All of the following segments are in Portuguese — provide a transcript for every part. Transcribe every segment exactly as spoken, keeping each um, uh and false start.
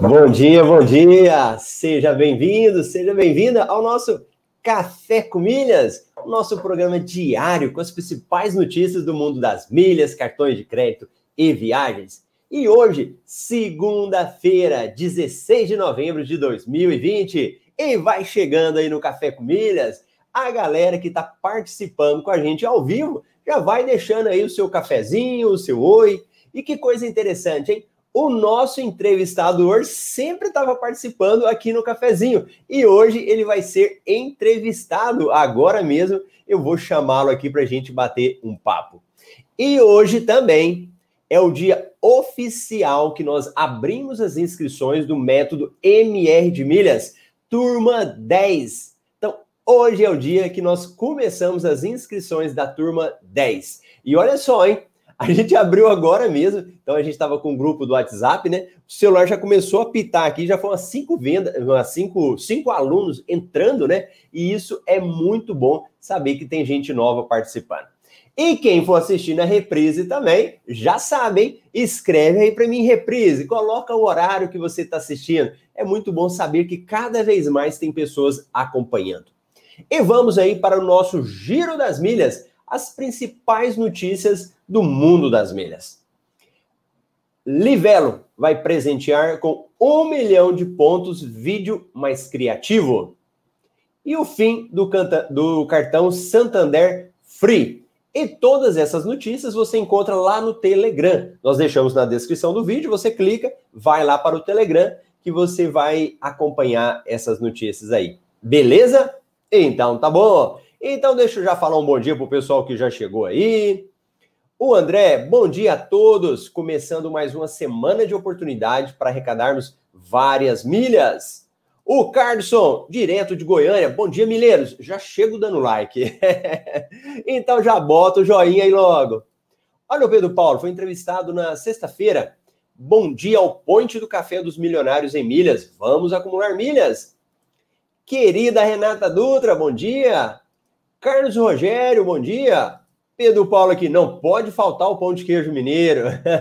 Bom dia, bom dia! Seja bem-vindo, seja bem-vinda ao nosso Café com Milhas, o nosso programa diário com as principais notícias do mundo das milhas, cartões de crédito e viagens. E hoje, segunda-feira, dezesseis de novembro de dois mil e vinte, e vai chegando aí no Café com Milhas a galera que está participando com a gente ao vivo, já vai deixando aí o seu cafezinho, o seu oi. E que coisa interessante, hein? O nosso entrevistador sempre estava participando aqui no cafezinho e hoje ele vai ser entrevistado agora mesmo. Eu vou chamá-lo aqui para a gente bater um papo. E hoje também é o dia oficial que nós abrimos as inscrições do método M R de Milhas, turma dez. Então, hoje é o dia que nós começamos as inscrições da turma dez. E olha só, hein? A gente abriu agora mesmo, então a gente estava com um grupo do WhatsApp, né? O celular já começou a pitar aqui, já foram umas cinco vendas, umas cinco, cinco alunos entrando, né? E isso é muito bom saber que tem gente nova participando. E quem for assistir na reprise também, já sabem, escreve aí para mim reprise, coloca o horário que você está assistindo. É muito bom saber que cada vez mais tem pessoas acompanhando. E vamos aí para o nosso Giro das Milhas, as principais notícias do mundo das milhas. Livelo vai presentear com um milhão de pontos vídeo mais criativo. E o fim do, canta, do cartão Santander Free. E todas essas notícias você encontra lá no Telegram. Nós deixamos na descrição do vídeo, você clica, vai lá para o Telegram que você vai acompanhar essas notícias aí. Beleza? Então tá bom. Então deixa eu já falar um bom dia para o pessoal que já chegou aí. O André, bom dia a todos. Começando mais uma semana de oportunidade para arrecadarmos várias milhas. O Carlson, direto de Goiânia. Bom dia, milheiros. Já chego dando like. Então já bota o joinha aí logo. Olha o Pedro Paulo, foi entrevistado na sexta-feira. Bom dia ao Ponte do Café dos Milionários em Milhas. Vamos acumular milhas. Querida Renata Dutra, bom dia. Carlos Rogério, bom dia. Pedro Paulo aqui, não pode faltar o pão de queijo mineiro.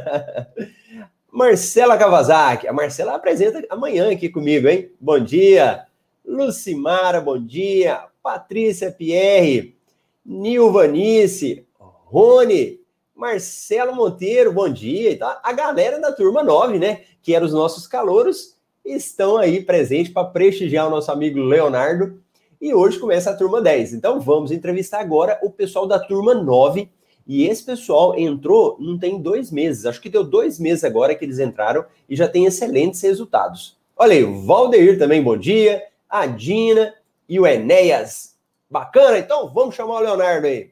Marcela Kawasaki, a Marcela apresenta amanhã aqui comigo, hein? Bom dia. Lucimara, bom dia. Patrícia Pierre, Nilvanice, Rony, Marcelo Monteiro, bom dia. A galera da turma nove, né? Que eram os nossos calouros, estão aí presentes para prestigiar o nosso amigo Leonardo. E hoje começa a turma dez. Então vamos entrevistar agora o pessoal da turma nove. E esse pessoal entrou não tem dois meses. Acho que deu dois meses agora que eles entraram e já tem excelentes resultados. Olha aí, o Valdeir também, bom dia. A Dina e o Enéas. Bacana? Então vamos chamar o Leonardo aí.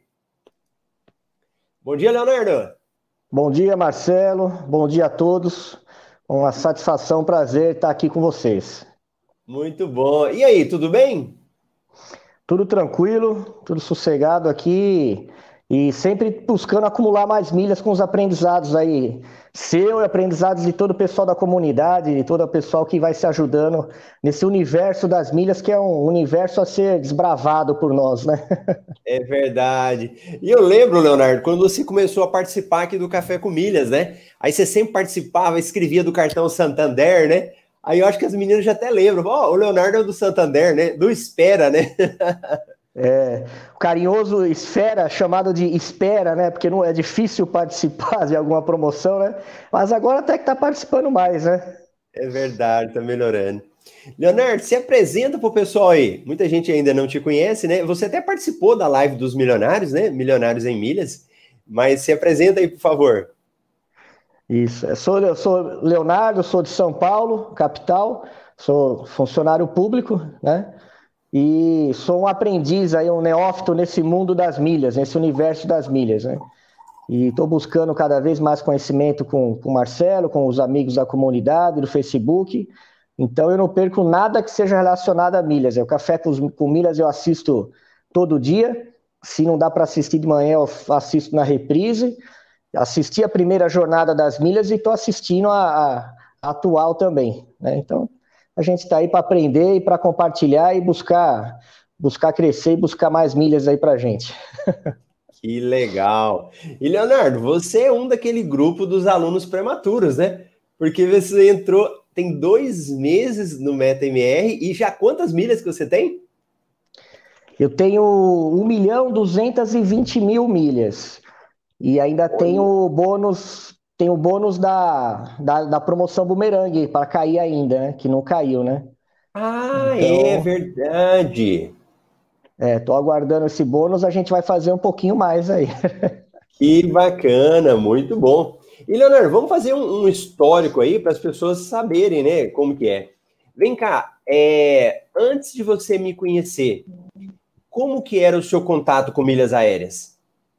Bom dia, Leonardo. Bom dia, Marcelo. Bom dia a todos. Uma satisfação, um prazer estar aqui com vocês. Muito bom. E aí, tudo bem? Tudo tranquilo, tudo sossegado aqui e sempre buscando acumular mais milhas com os aprendizados aí, seu e aprendizados de todo o pessoal da comunidade, de todo o pessoal que vai se ajudando nesse universo das milhas, que é um universo a ser desbravado por nós, né? É verdade. E eu lembro, Leonardo, quando você começou a participar aqui do Café com Milhas, né? Aí você sempre participava, escrevia do cartão Santander, né? Aí eu acho que as meninas já até lembram. Ó, oh, o Leonardo é do Santander, né? Do Espera, né? É, o carinhoso Esfera, chamado de Espera, né? Porque não é difícil participar de alguma promoção, né? Mas agora até que tá participando mais, né? É verdade, tá melhorando. Leonardo, se apresenta pro pessoal aí. Muita gente ainda não te conhece, né? Você até participou da live dos milionários, né? Milionários em Milhas. Mas se apresenta aí, por favor. Isso, eu sou, eu sou Leonardo, sou de São Paulo, capital, sou funcionário público, né? E sou um aprendiz aí, um neófito nesse mundo das milhas, nesse universo das milhas, né? E estou buscando cada vez mais conhecimento com, com o Marcelo, com os amigos da comunidade, do Facebook. Então eu não perco nada que seja relacionado a milhas. O Café com, com Milhas eu assisto todo dia. Se não dá para assistir de manhã, eu assisto na reprise. Assisti a primeira jornada das milhas e estou assistindo a, a, a atual também, né? Então, a gente está aí para aprender e para compartilhar e buscar, buscar crescer e buscar mais milhas aí para a gente. Que legal. E, Leonardo, você é um daquele grupo dos alunos prematuros, né? Porque você entrou tem dois meses no MetaMR e já quantas milhas que você tem? Eu tenho um milhão duzentos e vinte mil milhas. E ainda Olha. tem o bônus, tem o bônus da, da, da promoção Boomerang para cair ainda, né? Que não caiu, né? Ah, é Então, verdade. é, tô aguardando esse bônus, a gente vai fazer um pouquinho mais aí. Que bacana, muito bom. E, Leonardo, vamos fazer um, um histórico aí para as pessoas saberem, né, como que é. Vem cá, é, antes de você me conhecer, como que era o seu contato com milhas aéreas?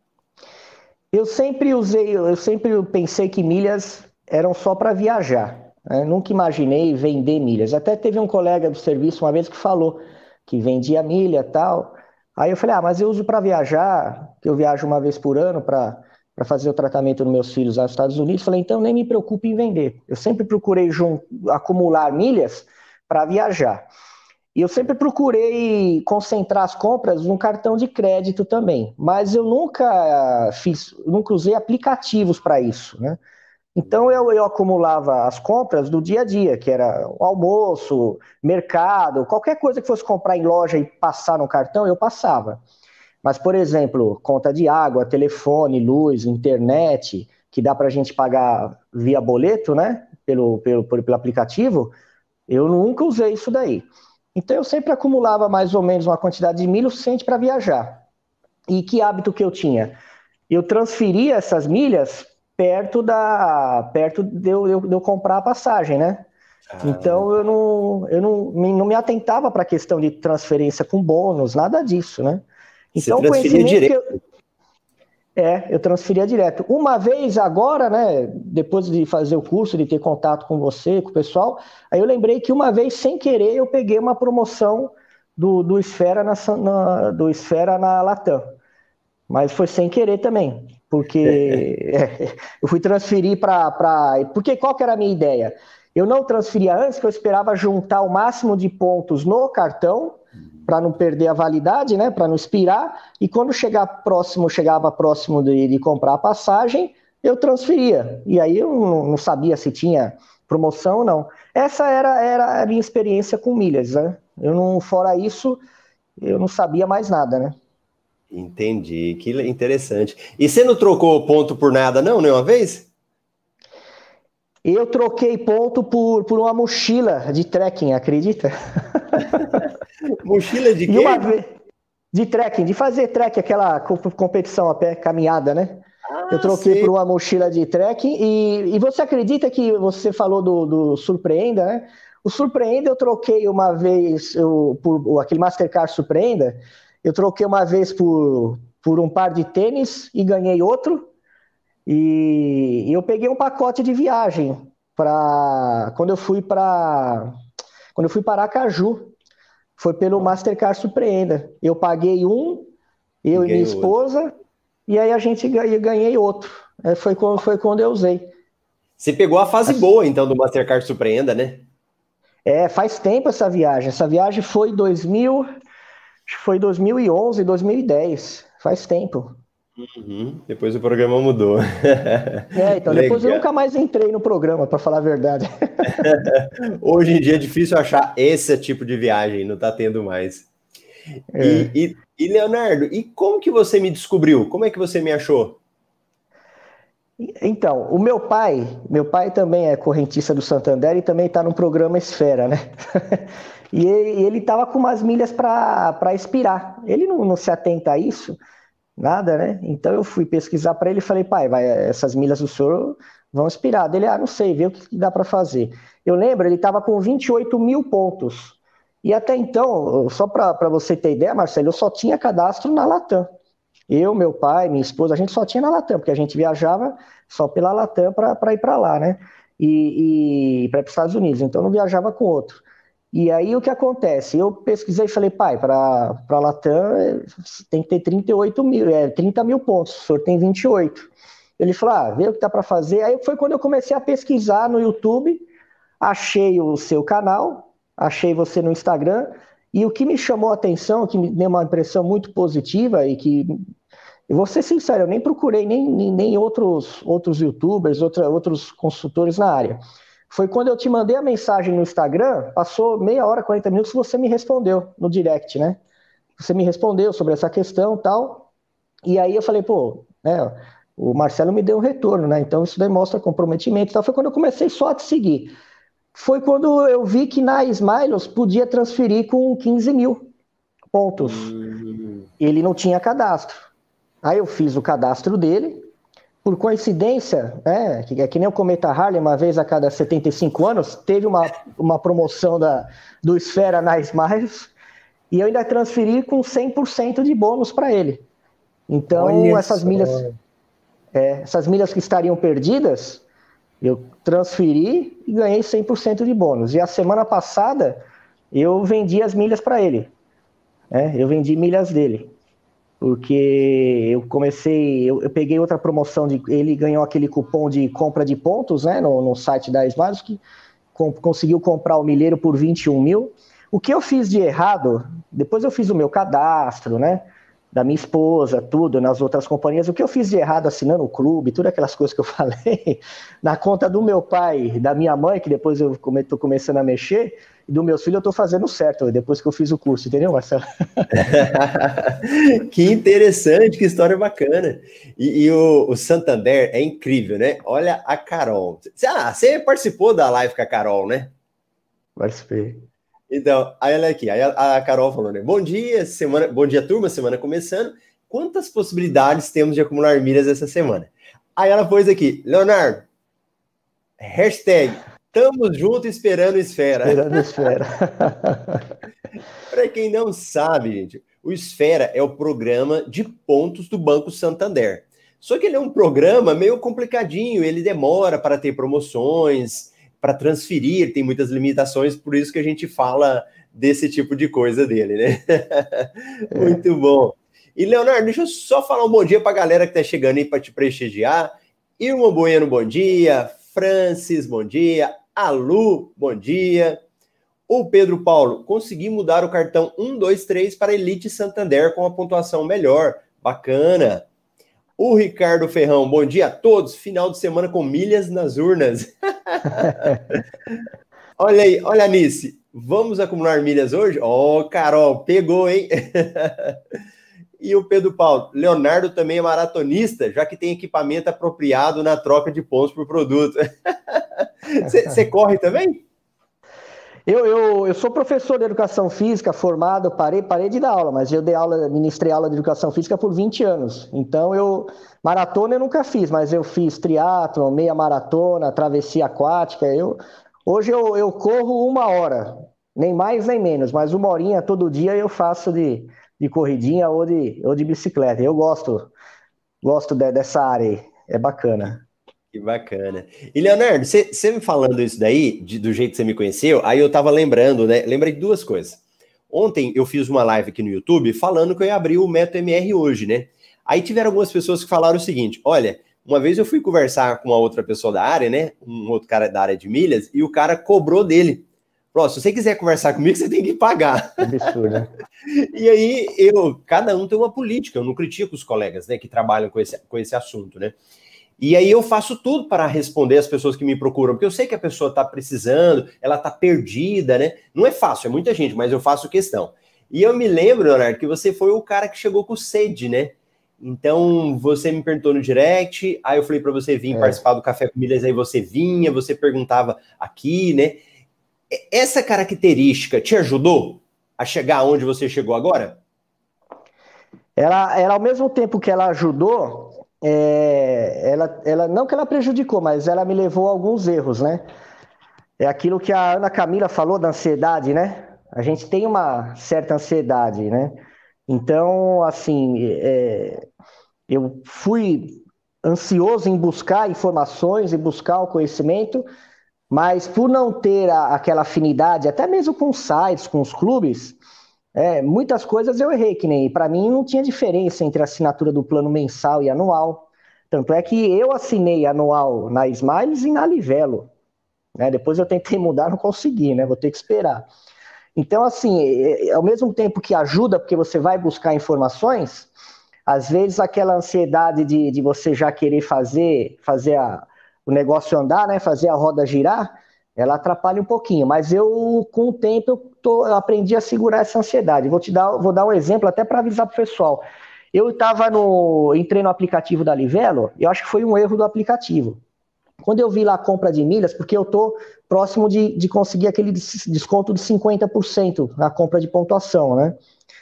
Eu sempre usei, eu sempre pensei que milhas eram só para viajar, né? Nunca imaginei vender milhas. Até teve um colega do serviço uma vez que falou que vendia milha e tal. Aí eu falei, ah, mas eu uso para viajar, que eu viajo uma vez por ano para para fazer o tratamento dos meus filhos lá nos Estados Unidos. Falei, então nem me preocupe em vender. Eu sempre procurei jun- acumular milhas para viajar. E eu sempre procurei concentrar as compras no cartão de crédito também, mas eu nunca fiz, nunca usei aplicativos para isso, né? Então eu, eu acumulava as compras do dia a dia, que era o almoço, mercado, qualquer coisa que fosse comprar em loja e passar no cartão, eu passava. Mas, por exemplo, conta de água, telefone, luz, internet, que dá para a gente pagar via boleto, né? Pelo, pelo, pelo aplicativo, eu nunca usei isso daí. Então eu sempre acumulava mais ou menos uma quantidade de milho suficiente para viajar. E que hábito que eu tinha? Eu transferia essas milhas perto da perto de eu, de eu comprar a passagem, né? Ah, Então eu não, eu não, me, não me atentava para a questão de transferência com bônus, nada disso, né? você Então o transferia conhecimento que direto. eu, é, eu transferia direto. Uma vez agora, né, depois de fazer o curso, de ter contato com você, com o pessoal, aí eu lembrei que uma vez, sem querer, eu peguei uma promoção do, do Esfera na, na, do Esfera na Latam. Mas foi sem querer também, porque é, eu fui transferir para... Pra... Porque qual que era a minha ideia? Eu não transferia antes, que eu esperava juntar o máximo de pontos no cartão, para não perder a validade, né, para não expirar, e quando chegar próximo, chegava próximo de, de comprar a passagem, eu transferia. E aí eu não, não sabia se tinha promoção ou não. Essa era, era a minha experiência com milhas, né? Eu não, fora isso, eu não sabia mais nada, né? Entendi, que interessante. E você não trocou ponto por nada, não, nenhuma vez? Eu troquei ponto por, por uma mochila de trekking, acredita? Mochila de E uma quê? vez de trekking, de fazer trekking, aquela competição a pé, caminhada, né? Eu Ah, troquei por sei. uma mochila de trekking e, e você acredita que você falou do, do Surpreenda, né? O Surpreenda eu troquei uma vez eu, por aquele Mastercard Surpreenda, eu troquei uma vez por, por um par de tênis e ganhei outro. E, e eu peguei um pacote de viagem para quando eu fui para quando eu fui para Aracaju. Foi pelo Mastercard Surpreenda. Eu paguei um, E eu e minha ganhou outro. esposa, e aí a gente ganhei, ganhei outro. É, foi, quando, foi quando eu usei. Você pegou a fase boa, então, do Mastercard Surpreenda, né? É, faz tempo essa viagem. Essa viagem foi dois mil, acho que foi dois mil e onze, dois mil e dez. Faz tempo. Uhum. Depois o programa mudou. É, então depois eu Legal. nunca mais entrei no programa, para falar a verdade. Hoje em dia é difícil achar esse tipo de viagem, não está tendo mais. E, É. e, e, Leonardo, e como que você me descobriu? Como é que você me achou? Então, o meu pai, meu pai também é correntista do Santander e também está no programa Esfera, né? E ele estava com umas milhas para expirar. Ele não, não se atenta a isso, nada, né? Então eu fui pesquisar para ele e falei, pai, vai, essas milhas do senhor vão expirar. Ele, ah, não sei, vê o que dá para fazer. Eu lembro, ele estava com vinte e oito mil pontos. E até então, só para você ter ideia, Marcelo, eu só tinha cadastro na Latam. Eu, meu pai, minha esposa, a gente só tinha na Latam, porque a gente viajava só pela Latam para ir para lá, né? E, e para os Estados Unidos, então não viajava com outro. E aí o que acontece? Eu pesquisei e falei, pai, para a Latam eh, tem que ter trinta e oito mil, é, trinta mil pontos, o senhor tem vinte e oito. Ele falou, ah, vê o que dá para fazer. Aí foi quando eu comecei a pesquisar no YouTube, achei o seu canal, achei você no Instagram, e o que me chamou a atenção, que me deu uma impressão muito positiva e que, eu vou ser sincero, eu nem procurei nem, nem, nem outros, outros YouTubers, outra, outros consultores na área. foi quando eu te mandei a mensagem no Instagram, passou meia hora, quarenta minutos, você me respondeu no direct, né? Você me respondeu sobre essa questão e tal, e aí eu falei, pô, né, o Marcelo me deu um retorno, né? Então isso demonstra comprometimento e tal. Foi quando eu comecei só a te seguir. Foi quando eu vi que na Smiles podia transferir com quinze mil pontos. Hum. Ele não tinha cadastro. Aí eu fiz o cadastro dele. Por coincidência, né, que, é que nem o Cometa Harley, uma vez a cada setenta e cinco anos, teve uma, uma promoção da, do Esfera na Smiles, e eu ainda transferi com cem por cento de bônus para ele. Então, Olha essas só. milhas é, essas milhas que estariam perdidas, eu transferi e ganhei cem por cento de bônus. E a semana passada, eu vendi as milhas para ele. Né, eu vendi milhas dele. Porque eu comecei, eu, eu peguei outra promoção, de, ele ganhou aquele cupom de compra de pontos, né, no, no site da Smiles, que com, conseguiu comprar o milheiro por vinte e um mil. O que eu fiz de errado, depois eu fiz o meu cadastro, né, da minha esposa, tudo, nas outras companhias, o que eu fiz de errado assinando o clube, todas aquelas coisas que eu falei, na conta do meu pai, da minha mãe, que depois eu come, tô começando a mexer, e do meus filhos eu tô fazendo certo, depois que eu fiz o curso, entendeu, Marcelo? Que interessante, que história bacana. E, e o, o Santander é incrível, né? Olha a Carol. Ah, você participou da live com a Carol, né? Participei. Então, aí ela aqui, aí a, a Carol falou, né? Bom dia, semana, bom dia, turma, semana começando. Quantas possibilidades temos de acumular milhas essa semana? Aí ela pôs aqui, Leonardo, hashtag, tamo junto esperando Esfera. Esperando Esfera. Para quem não sabe, gente, o Esfera é o programa de pontos do Banco Santander. Só que ele é um programa meio complicadinho, ele demora para ter promoções, para transferir, tem muitas limitações, por isso que a gente fala desse tipo de coisa dele, né? É. Muito bom. E, Leonardo, deixa eu só falar um bom dia para a galera que está chegando aí para te prestigiar. Irmão Bueno, bom dia. Francis, bom dia. A Lu, bom dia. O Pedro Paulo, consegui mudar o cartão um, dois, três para Elite Santander com a pontuação melhor. Bacana. O Ricardo Ferrão, bom dia a todos. Final de semana com milhas nas urnas. Olha aí, olha a Nice. Vamos acumular milhas hoje? Ó, oh, Carol, pegou, hein? E o Pedro Paulo, Leonardo também é maratonista, já que tem equipamento apropriado na troca de pontos por produto. Você corre também? Eu, eu, eu sou professor de educação física, formado, parei, parei de dar aula, mas eu dei aula, ministrei aula de educação física por vinte anos. Então, eu maratona eu nunca fiz, mas eu fiz triatlon, meia maratona, travessia aquática. Eu, hoje eu, eu corro uma hora, nem mais nem menos, mas uma horinha todo dia eu faço de, de corridinha ou de, ou de bicicleta. Eu gosto, gosto de, dessa área aí, é bacana. Que bacana. E, Leonardo, você me falando isso daí, de, do jeito que você me conheceu, aí eu tava lembrando, né? Lembrei de duas coisas. Ontem eu fiz uma live aqui no YouTube falando que eu ia abrir o Método M R hoje, né? Aí tiveram algumas pessoas que falaram o seguinte, olha, uma vez eu fui conversar com uma outra pessoa da área, né? Um outro cara da área de milhas, e o cara cobrou dele. Falou, se você quiser conversar comigo, você tem que pagar. Absurdo, né? E aí, eu, cada um tem uma política, eu não critico os colegas, né, que trabalham com esse, com esse assunto, né? E aí eu faço tudo para responder as pessoas que me procuram, porque eu sei que a pessoa está precisando, ela está perdida, né? Não é fácil, é muita gente, mas eu faço questão. E eu me lembro, Leonardo, que você foi o cara que chegou com sede, né? Então, você me perguntou no direct, aí eu falei para você vir é. participar do Café com Milhas, aí você vinha, você perguntava aqui, né? Essa característica te ajudou a chegar onde você chegou agora? Ela, ela ao mesmo tempo que ela ajudou... É, ela, ela, não que ela prejudicou, mas ela me levou a alguns erros, né? É aquilo que a Ana Camila falou da ansiedade, né? A gente tem uma certa ansiedade, né? Então, assim, é, eu fui ansioso em buscar informações e buscar o conhecimento, mas por não ter a, aquela afinidade, até mesmo com os sites, com os clubes, É, muitas coisas eu errei, que nem para mim não tinha diferença entre a assinatura do plano mensal e anual. Tanto é que eu assinei anual na Smiles e na Livelo. Né? Depois eu tentei mudar, não consegui, né? Vou ter que esperar. Então, assim, é, ao mesmo tempo que ajuda, porque você vai buscar informações, às vezes aquela ansiedade de, de você já querer fazer, fazer a, o negócio andar, né? Fazer a roda girar, ela atrapalha um pouquinho, mas eu, com o tempo, eu, tô, eu aprendi a segurar essa ansiedade. Vou te dar, vou dar um exemplo até para avisar para o pessoal. Eu tava no, entrei no aplicativo da Livelo, eu acho que foi um erro do aplicativo. Quando eu vi lá a compra de milhas, porque eu estou próximo de, de conseguir aquele desconto de cinquenta por cento na compra de pontuação, né?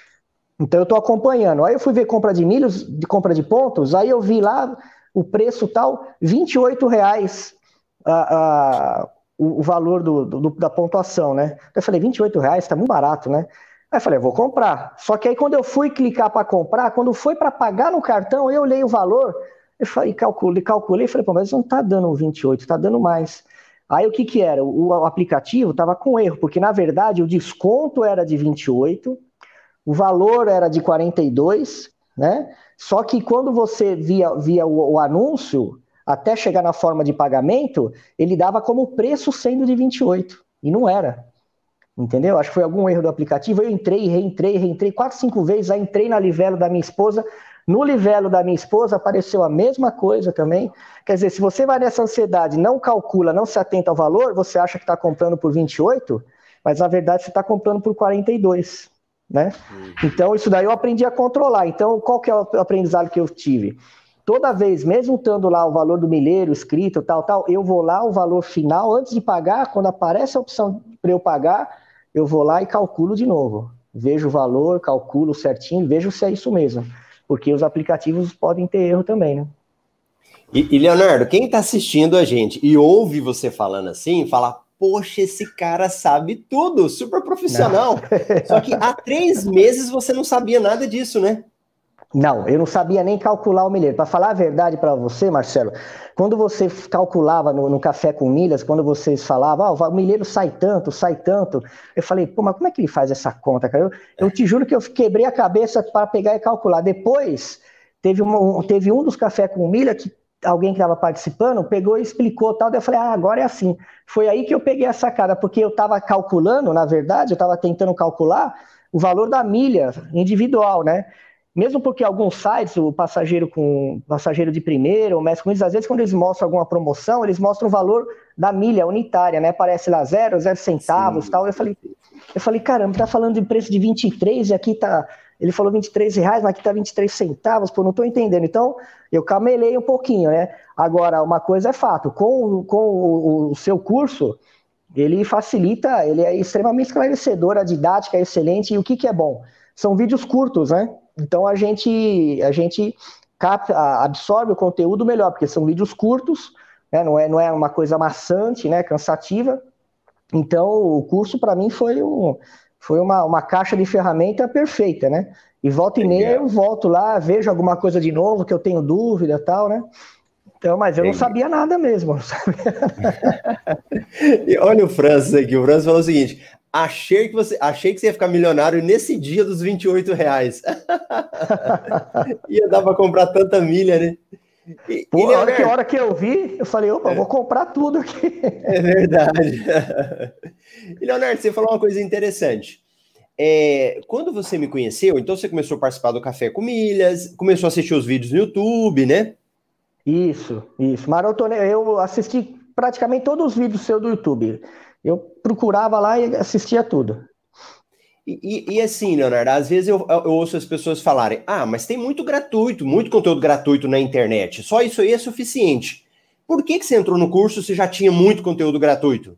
Então eu estou acompanhando. Aí eu fui ver compra de milhas, de compra de pontos, aí eu vi lá o preço tal, vinte e oito reais a, a, o, o valor do, do, da pontuação, né? Eu falei, vinte e oito reais, tá muito barato, né? Aí eu falei, vou comprar. Só que aí quando eu fui clicar para comprar, quando foi para pagar no cartão, eu olhei o valor, eu falei, calculei, calculei, falei, pô, mas não tá dando vinte e oito, tá dando mais. Aí o que que era? O, o aplicativo estava com erro, porque na verdade o desconto era de vinte e oito, o valor era de quarenta e dois, né? Só que quando você via, via o, o anúncio, até chegar na forma de pagamento, ele dava como preço sendo de vinte e oito, e não era. Entendeu? Acho que foi algum erro do aplicativo. Eu entrei, reentrei, reentrei quatro, cinco vezes, aí entrei na Livelo da minha esposa. No Livelo da minha esposa apareceu a mesma coisa também. Quer dizer, se você vai nessa ansiedade, não calcula, não se atenta ao valor, você acha que está comprando por vinte e oito, mas na verdade você está comprando por quarenta e dois, né? Uhum. Então isso daí eu aprendi a controlar. Então qual que é o aprendizado que eu tive? Toda vez, mesmo estando lá o valor do milheiro escrito, tal, tal, eu vou lá o valor final, antes de pagar, quando aparece a opção para eu pagar, eu vou lá e calculo de novo. Vejo o valor, calculo certinho, vejo se é isso mesmo. Porque os aplicativos podem ter erro também, né? E, e Leonardo, quem está assistindo a gente e ouve você falando assim, fala, poxa, esse cara sabe tudo, super profissional. Só que há três meses você não sabia nada disso, né? Não, eu não sabia nem calcular o milheiro. Para falar a verdade para você, Marcelo, quando você calculava no, no Café com Milhas, quando vocês falavam, ah, o milheiro sai tanto, sai tanto, eu falei, pô, mas como é que ele faz essa conta, cara? Eu, eu te juro que eu quebrei a cabeça para pegar e calcular. Depois, teve, uma, teve um dos Café com Milha que alguém que estava participando pegou e explicou tal, daí eu falei, ah, agora é assim. Foi aí que eu peguei a sacada, porque eu estava calculando, na verdade, eu estava tentando calcular o valor da milha individual, né? Mesmo porque alguns sites, o passageiro com passageiro de primeira, o mestre com isso, às vezes quando eles mostram alguma promoção, eles mostram o valor da milha unitária, né? Aparece lá zero, zero centavos, sim, tal. Eu falei, eu falei, caramba, tá falando de preço de vinte e três e aqui tá, ele falou vinte e três reais, mas aqui tá vinte e três centavos, pô, não tô entendendo. Então, eu camelei um pouquinho, né? Agora, uma coisa é fato, com, com o, o seu curso, ele facilita, ele é extremamente esclarecedor, a didática é excelente, e o que que é bom? São vídeos curtos, né? Então a gente, a gente capta, absorve o conteúdo melhor, porque são vídeos curtos, né? não, é, não é uma coisa maçante, né? Cansativa. Então o curso para mim foi, um, foi uma, uma caixa de ferramenta perfeita, né? E volta e meia eu volto lá, vejo alguma coisa de novo que eu tenho dúvida e tal, né? Então, mas eu não sabia nada mesmo. Não sabia nada. E olha o Francis aqui, o Francis falou o seguinte: achei que você, achei que você ia ficar milionário nesse dia dos vinte e oito reais. Ia dar para comprar tanta milha, né? E, Pô, e a hora que, a hora que eu vi, eu falei, opa, é. vou comprar tudo aqui. É verdade. E Leonardo, você falou uma coisa interessante. É, quando você me conheceu, então você começou a participar do Café com Milhas, começou a assistir os vídeos no YouTube, né? Isso, isso. Maratona, eu assisti praticamente todos os vídeos seus do YouTube. Eu procurava lá e assistia tudo. E, e, e assim, Leonardo, às vezes eu, eu ouço as pessoas falarem, ah, mas tem muito gratuito, muito conteúdo gratuito na internet, só isso aí é suficiente. Por que que você entrou no curso se já tinha muito conteúdo gratuito?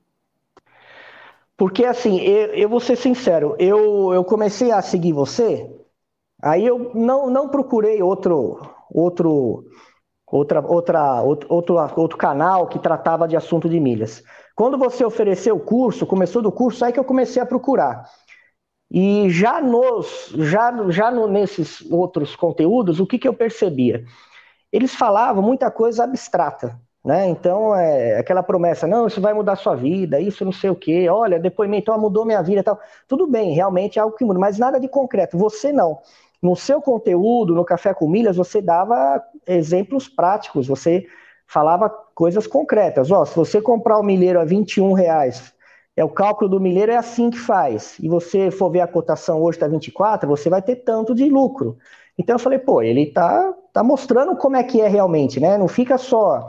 Porque assim, eu, eu vou ser sincero, eu, eu comecei a seguir você, aí eu não, não procurei outro, outro, outra, outra, outro, outro, outro canal que tratava de assunto de milhas. Quando você ofereceu o curso, começou do curso, aí que eu comecei a procurar. E já, nos, já, já no, nesses outros conteúdos, o que, que eu percebia? Eles falavam muita coisa abstrata, né? Então, é aquela promessa, não, isso vai mudar a sua vida, isso não sei o quê, olha, depoimento, ó, mudou minha vida e tal. Tudo bem, realmente é algo que muda, mas nada de concreto. Você não. No seu conteúdo, no Café com Milhas, você dava exemplos práticos, você falava coisas concretas. Ó, se você comprar o milheiro a vinte e um reais, é o cálculo do milheiro é assim que faz. E você for ver a cotação hoje está vinte e quatro, você vai ter tanto de lucro. Então eu falei, pô, ele tá, tá mostrando como é que é realmente, né? Não fica só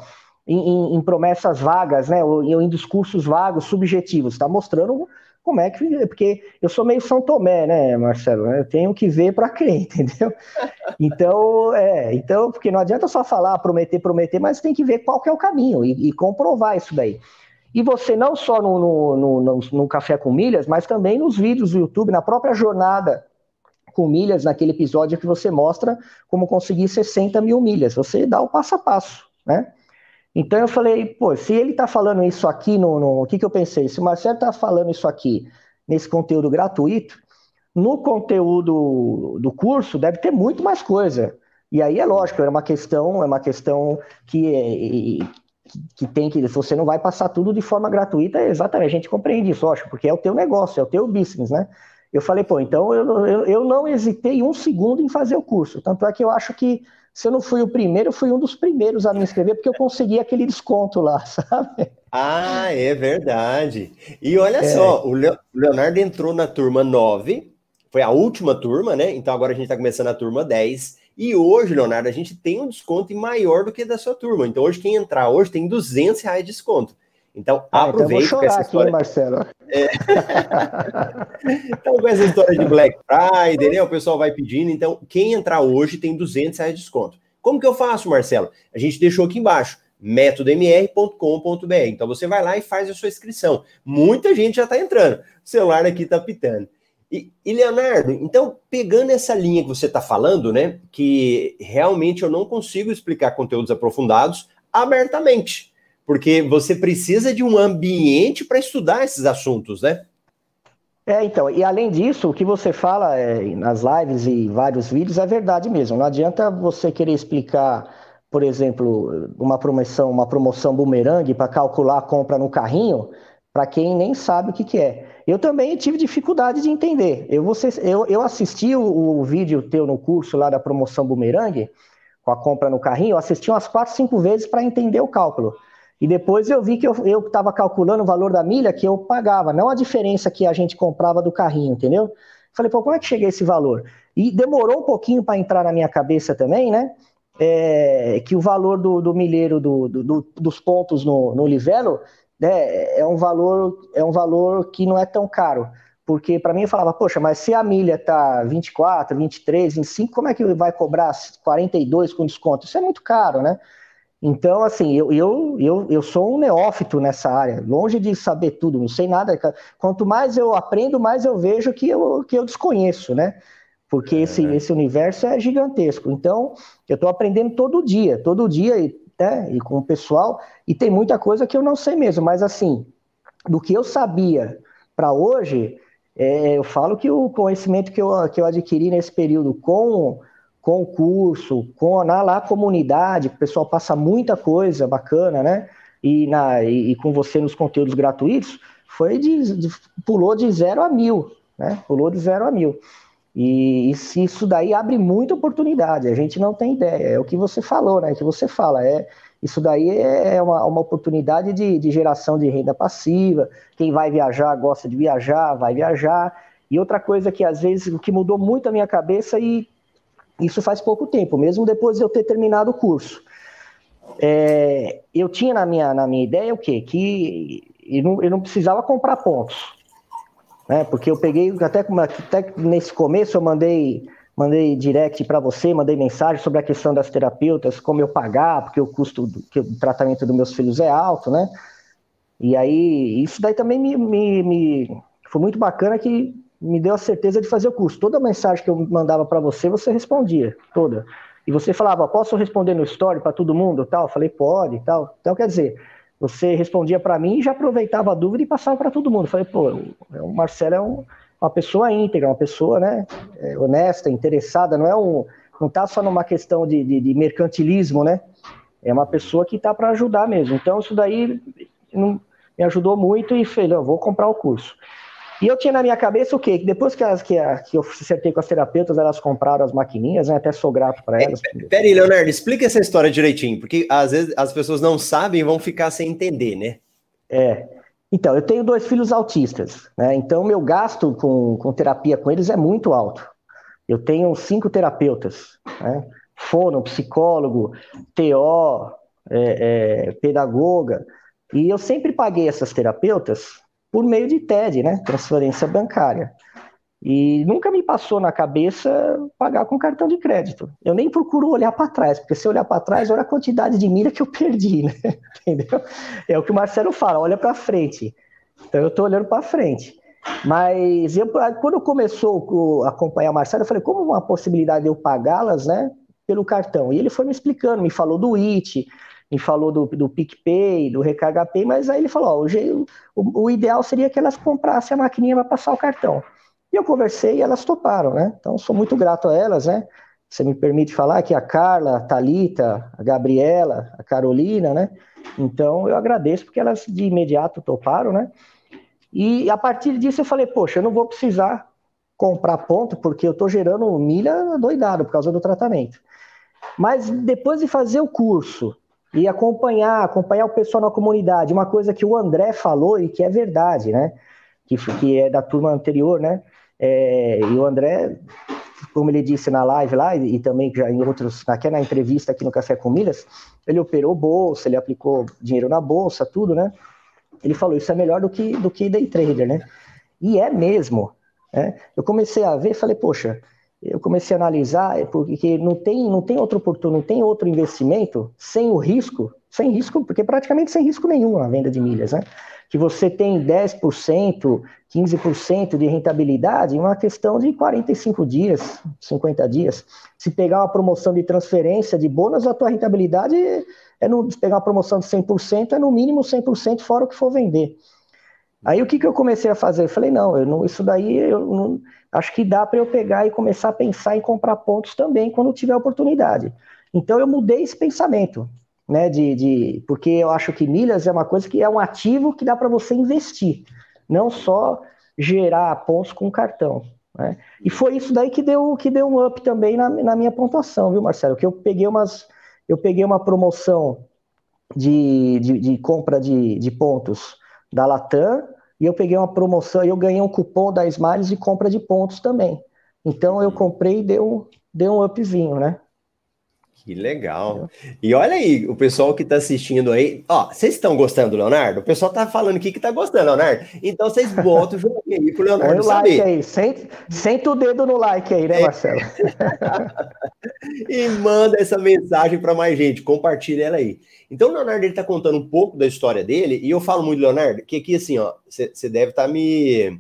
em, em, em promessas vagas, né? Ou em discursos vagos, subjetivos. Está mostrando como é que... Porque eu sou meio São Tomé, né, Marcelo? Eu tenho que ver para crer, entendeu? Então, é, então, porque não adianta só falar, prometer, prometer, mas tem que ver qual que é o caminho e, e comprovar isso daí. E você não só no, no, no, no, no Café com Milhas, mas também nos vídeos do YouTube, na própria jornada com milhas, naquele episódio que você mostra como conseguir sessenta mil milhas. Você dá o passo a passo, né? Então eu falei, pô, se ele está falando isso aqui, no, no, o que, que eu pensei? Se o Marcelo está falando isso aqui nesse conteúdo gratuito, no conteúdo do curso deve ter muito mais coisa. E aí é lógico, é uma questão, é uma questão que, é, que tem que, você não vai passar tudo de forma gratuita, exatamente, a gente compreende isso, lógico, porque é o teu negócio, é o teu business, né? Eu falei, pô, então eu, eu, eu não hesitei um segundo em fazer o curso, tanto é que eu acho que se eu não fui o primeiro, eu fui um dos primeiros a me inscrever, porque eu consegui aquele desconto lá, sabe? Ah, é verdade. E olha É, só, o Leo- o Leonardo entrou na turma nove, foi a última turma, né? Então agora a gente está começando a turma dez. E hoje, Leonardo, a gente tem um desconto maior do que da sua turma. Então hoje, quem entrar hoje tem duzentos reais de desconto. Então ah, então eu vou aproveita com chorar essa aqui, hein, história. Marcelo? Então, com essa história de Black Friday, né? O pessoal vai pedindo. Então, quem entrar hoje tem duzentos reais de desconto. Como que eu faço, Marcelo? A gente deixou aqui embaixo, método m r ponto com ponto b r. Então, você vai lá e faz a sua inscrição. Muita gente já está entrando. O celular aqui está pitando. E, e, Leonardo, então, pegando essa linha que você está falando, né? Que realmente eu não consigo explicar conteúdos aprofundados abertamente. Porque você precisa de um ambiente para estudar esses assuntos, né? É, então, e além disso, o que você fala é, nas lives e vários vídeos é verdade mesmo. Não adianta você querer explicar, por exemplo, uma promoção, uma promoção bumerangue para calcular a compra no carrinho, para quem nem sabe o que, que é. Eu também tive dificuldade de entender. Eu, você, eu, eu assisti o, o vídeo teu no curso lá da promoção bumerangue, com a compra no carrinho, eu assisti umas quatro, cinco vezes para entender o cálculo. E depois eu vi que eu estava calculando o valor da milha que eu pagava, não a diferença que a gente comprava do carrinho, entendeu? Falei, pô, como é que cheguei a esse valor? E demorou um pouquinho para entrar na minha cabeça também, né? É, que o valor do, do milheiro do, do, do, dos pontos no, no Livelo, né, é um valor, é um valor que não é tão caro. Porque para mim eu falava, poxa, mas se a milha tá vinte e quatro, vinte e três, vinte e cinco, como é que vai cobrar quarenta e dois com desconto? Isso é muito caro, né? Então, assim, eu, eu, eu, eu sou um neófito nessa área, longe de saber tudo, não sei nada. Quanto mais eu aprendo, mais eu vejo que eu, que eu desconheço, né? Porque esse, esse universo é gigantesco. Então, eu estou aprendendo todo dia, todo dia, e, né, e com o pessoal, e tem muita coisa que eu não sei mesmo, mas assim, do que eu sabia para hoje, é, eu falo que o conhecimento que eu, que eu adquiri nesse período com, com o curso, com na lá, comunidade, o pessoal passa muita coisa bacana, né? E, na, e, e com você nos conteúdos gratuitos, foi de, de, pulou de zero a mil, né? Pulou de zero a mil. E, e isso daí abre muita oportunidade, a gente não tem ideia, é o que você falou, né? O que você fala, é, isso daí é uma, uma oportunidade de, de geração de renda passiva. Quem vai viajar, gosta de viajar, vai viajar. E outra coisa que às vezes, o que mudou muito a minha cabeça, e isso faz pouco tempo, mesmo depois de eu ter terminado o curso. É, eu tinha na minha, na minha ideia o quê? Que eu não, eu não precisava comprar pontos. Né? Porque eu peguei, até, até nesse começo eu mandei, mandei direct para você, mandei mensagem sobre a questão das terapeutas, como eu pagar, porque o custo do que o tratamento dos meus filhos é alto, né? E aí, isso daí também me, me, me foi muito bacana, que me deu a certeza de fazer o curso. Toda mensagem que eu mandava para você, você respondia, toda. E você falava, posso responder no story para todo mundo? Tal? Eu falei, pode, tal. Então, quer dizer, você respondia para mim e já aproveitava a dúvida e passava para todo mundo. Eu falei, pô, o Marcelo é um, uma pessoa íntegra, uma pessoa, né, é, honesta, interessada, não é um, não está só numa questão de, de, de mercantilismo, né? É uma pessoa que está para ajudar mesmo. Então, isso daí não, me ajudou muito e falei, não, vou comprar o curso. E eu tinha na minha cabeça o quê? Que depois que, as, que, a, que eu acertei com as terapeutas, elas compraram as maquininhas, né? Até sou grato para elas. É, peraí, Leonardo, explica essa história direitinho, porque às vezes as pessoas não sabem e vão ficar sem entender, né? É. Então, eu tenho dois filhos autistas, né? Então, meu gasto com, com terapia com eles é muito alto. Eu tenho cinco terapeutas, né? Fono, psicólogo, T O, é, é, pedagoga, e eu sempre paguei essas terapeutas por meio de T E D, né? Transferência bancária. E nunca me passou na cabeça pagar com cartão de crédito. Eu nem procuro olhar para trás, porque se eu olhar para trás, olha a quantidade de milha que eu perdi, né? Entendeu? É o que o Marcelo fala, olha para frente. Então eu estou olhando para frente. Mas eu, quando começou a acompanhar o Marcelo, eu falei, como uma possibilidade de eu pagá-las, né, pelo cartão? E ele foi me explicando, me falou do I T, me falou do, do PicPay, do Recarga Pay, mas aí ele falou, ó, o, o, o ideal seria que elas comprassem a maquininha para passar o cartão. E eu conversei e elas toparam, né? Então sou muito grato a elas, né? Você me permite falar que a Carla, a Thalita, a Gabriela, a Carolina, né? Então eu agradeço porque elas de imediato toparam, né? E a partir disso eu falei, poxa, eu não vou precisar comprar ponto, porque eu estou gerando milha doidado por causa do tratamento. Mas depois de fazer o curso e acompanhar, acompanhar o pessoal na comunidade, uma coisa que o André falou e que é verdade, né? Que, que é da turma anterior, né? É, e o André, como ele disse na live lá, e, e também já em outros, aqui na entrevista aqui no Café com Milhas, ele operou bolsa, ele aplicou dinheiro na bolsa, tudo, né? Ele falou, isso é melhor do que, do que day trader, né? E é mesmo. Né? Eu comecei a ver, falei, poxa, eu comecei a analisar, porque não tem, não tem outra oportunidade, não tem outro investimento sem o risco, sem risco, porque praticamente sem risco nenhum a venda de milhas, né? Que você tem dez por cento, quinze por cento de rentabilidade em uma questão de quarenta e cinco dias, cinquenta dias. Se pegar uma promoção de transferência de bônus, a tua rentabilidade é no, se pegar uma promoção de cem por cento, é no mínimo cem por cento fora o que for vender. Aí o que, que eu comecei a fazer? Eu falei, não, eu não isso daí eu não, acho que dá para eu pegar e começar a pensar em comprar pontos também quando tiver oportunidade. Então eu mudei esse pensamento, né? De, de, porque eu acho que milhas é uma coisa que é um ativo que dá para você investir, não só gerar pontos com cartão. Né? E foi isso daí que deu, que deu um up também na, na minha pontuação, viu, Marcelo? Que eu peguei umas, eu peguei uma promoção de, de, de compra de, de pontos da Latam, e eu peguei uma promoção, e eu ganhei um cupom da Smiles de compra de pontos também. Então eu comprei e deu, deu um upzinho, né? Que legal. E olha aí, o pessoal que está assistindo aí, ó, vocês estão gostando do Leonardo? O pessoal tá falando aqui que tá gostando, Leonardo. Então vocês botam o joinha aí pro Leonardo Põe o like saber. aí, senta, senta o dedo no like aí, né, Marcelo? E manda essa mensagem para mais gente, compartilha ela aí. Então o Leonardo ele tá contando um pouco da história dele, e eu falo muito, Leonardo, que aqui assim, ó, você deve estar tá me...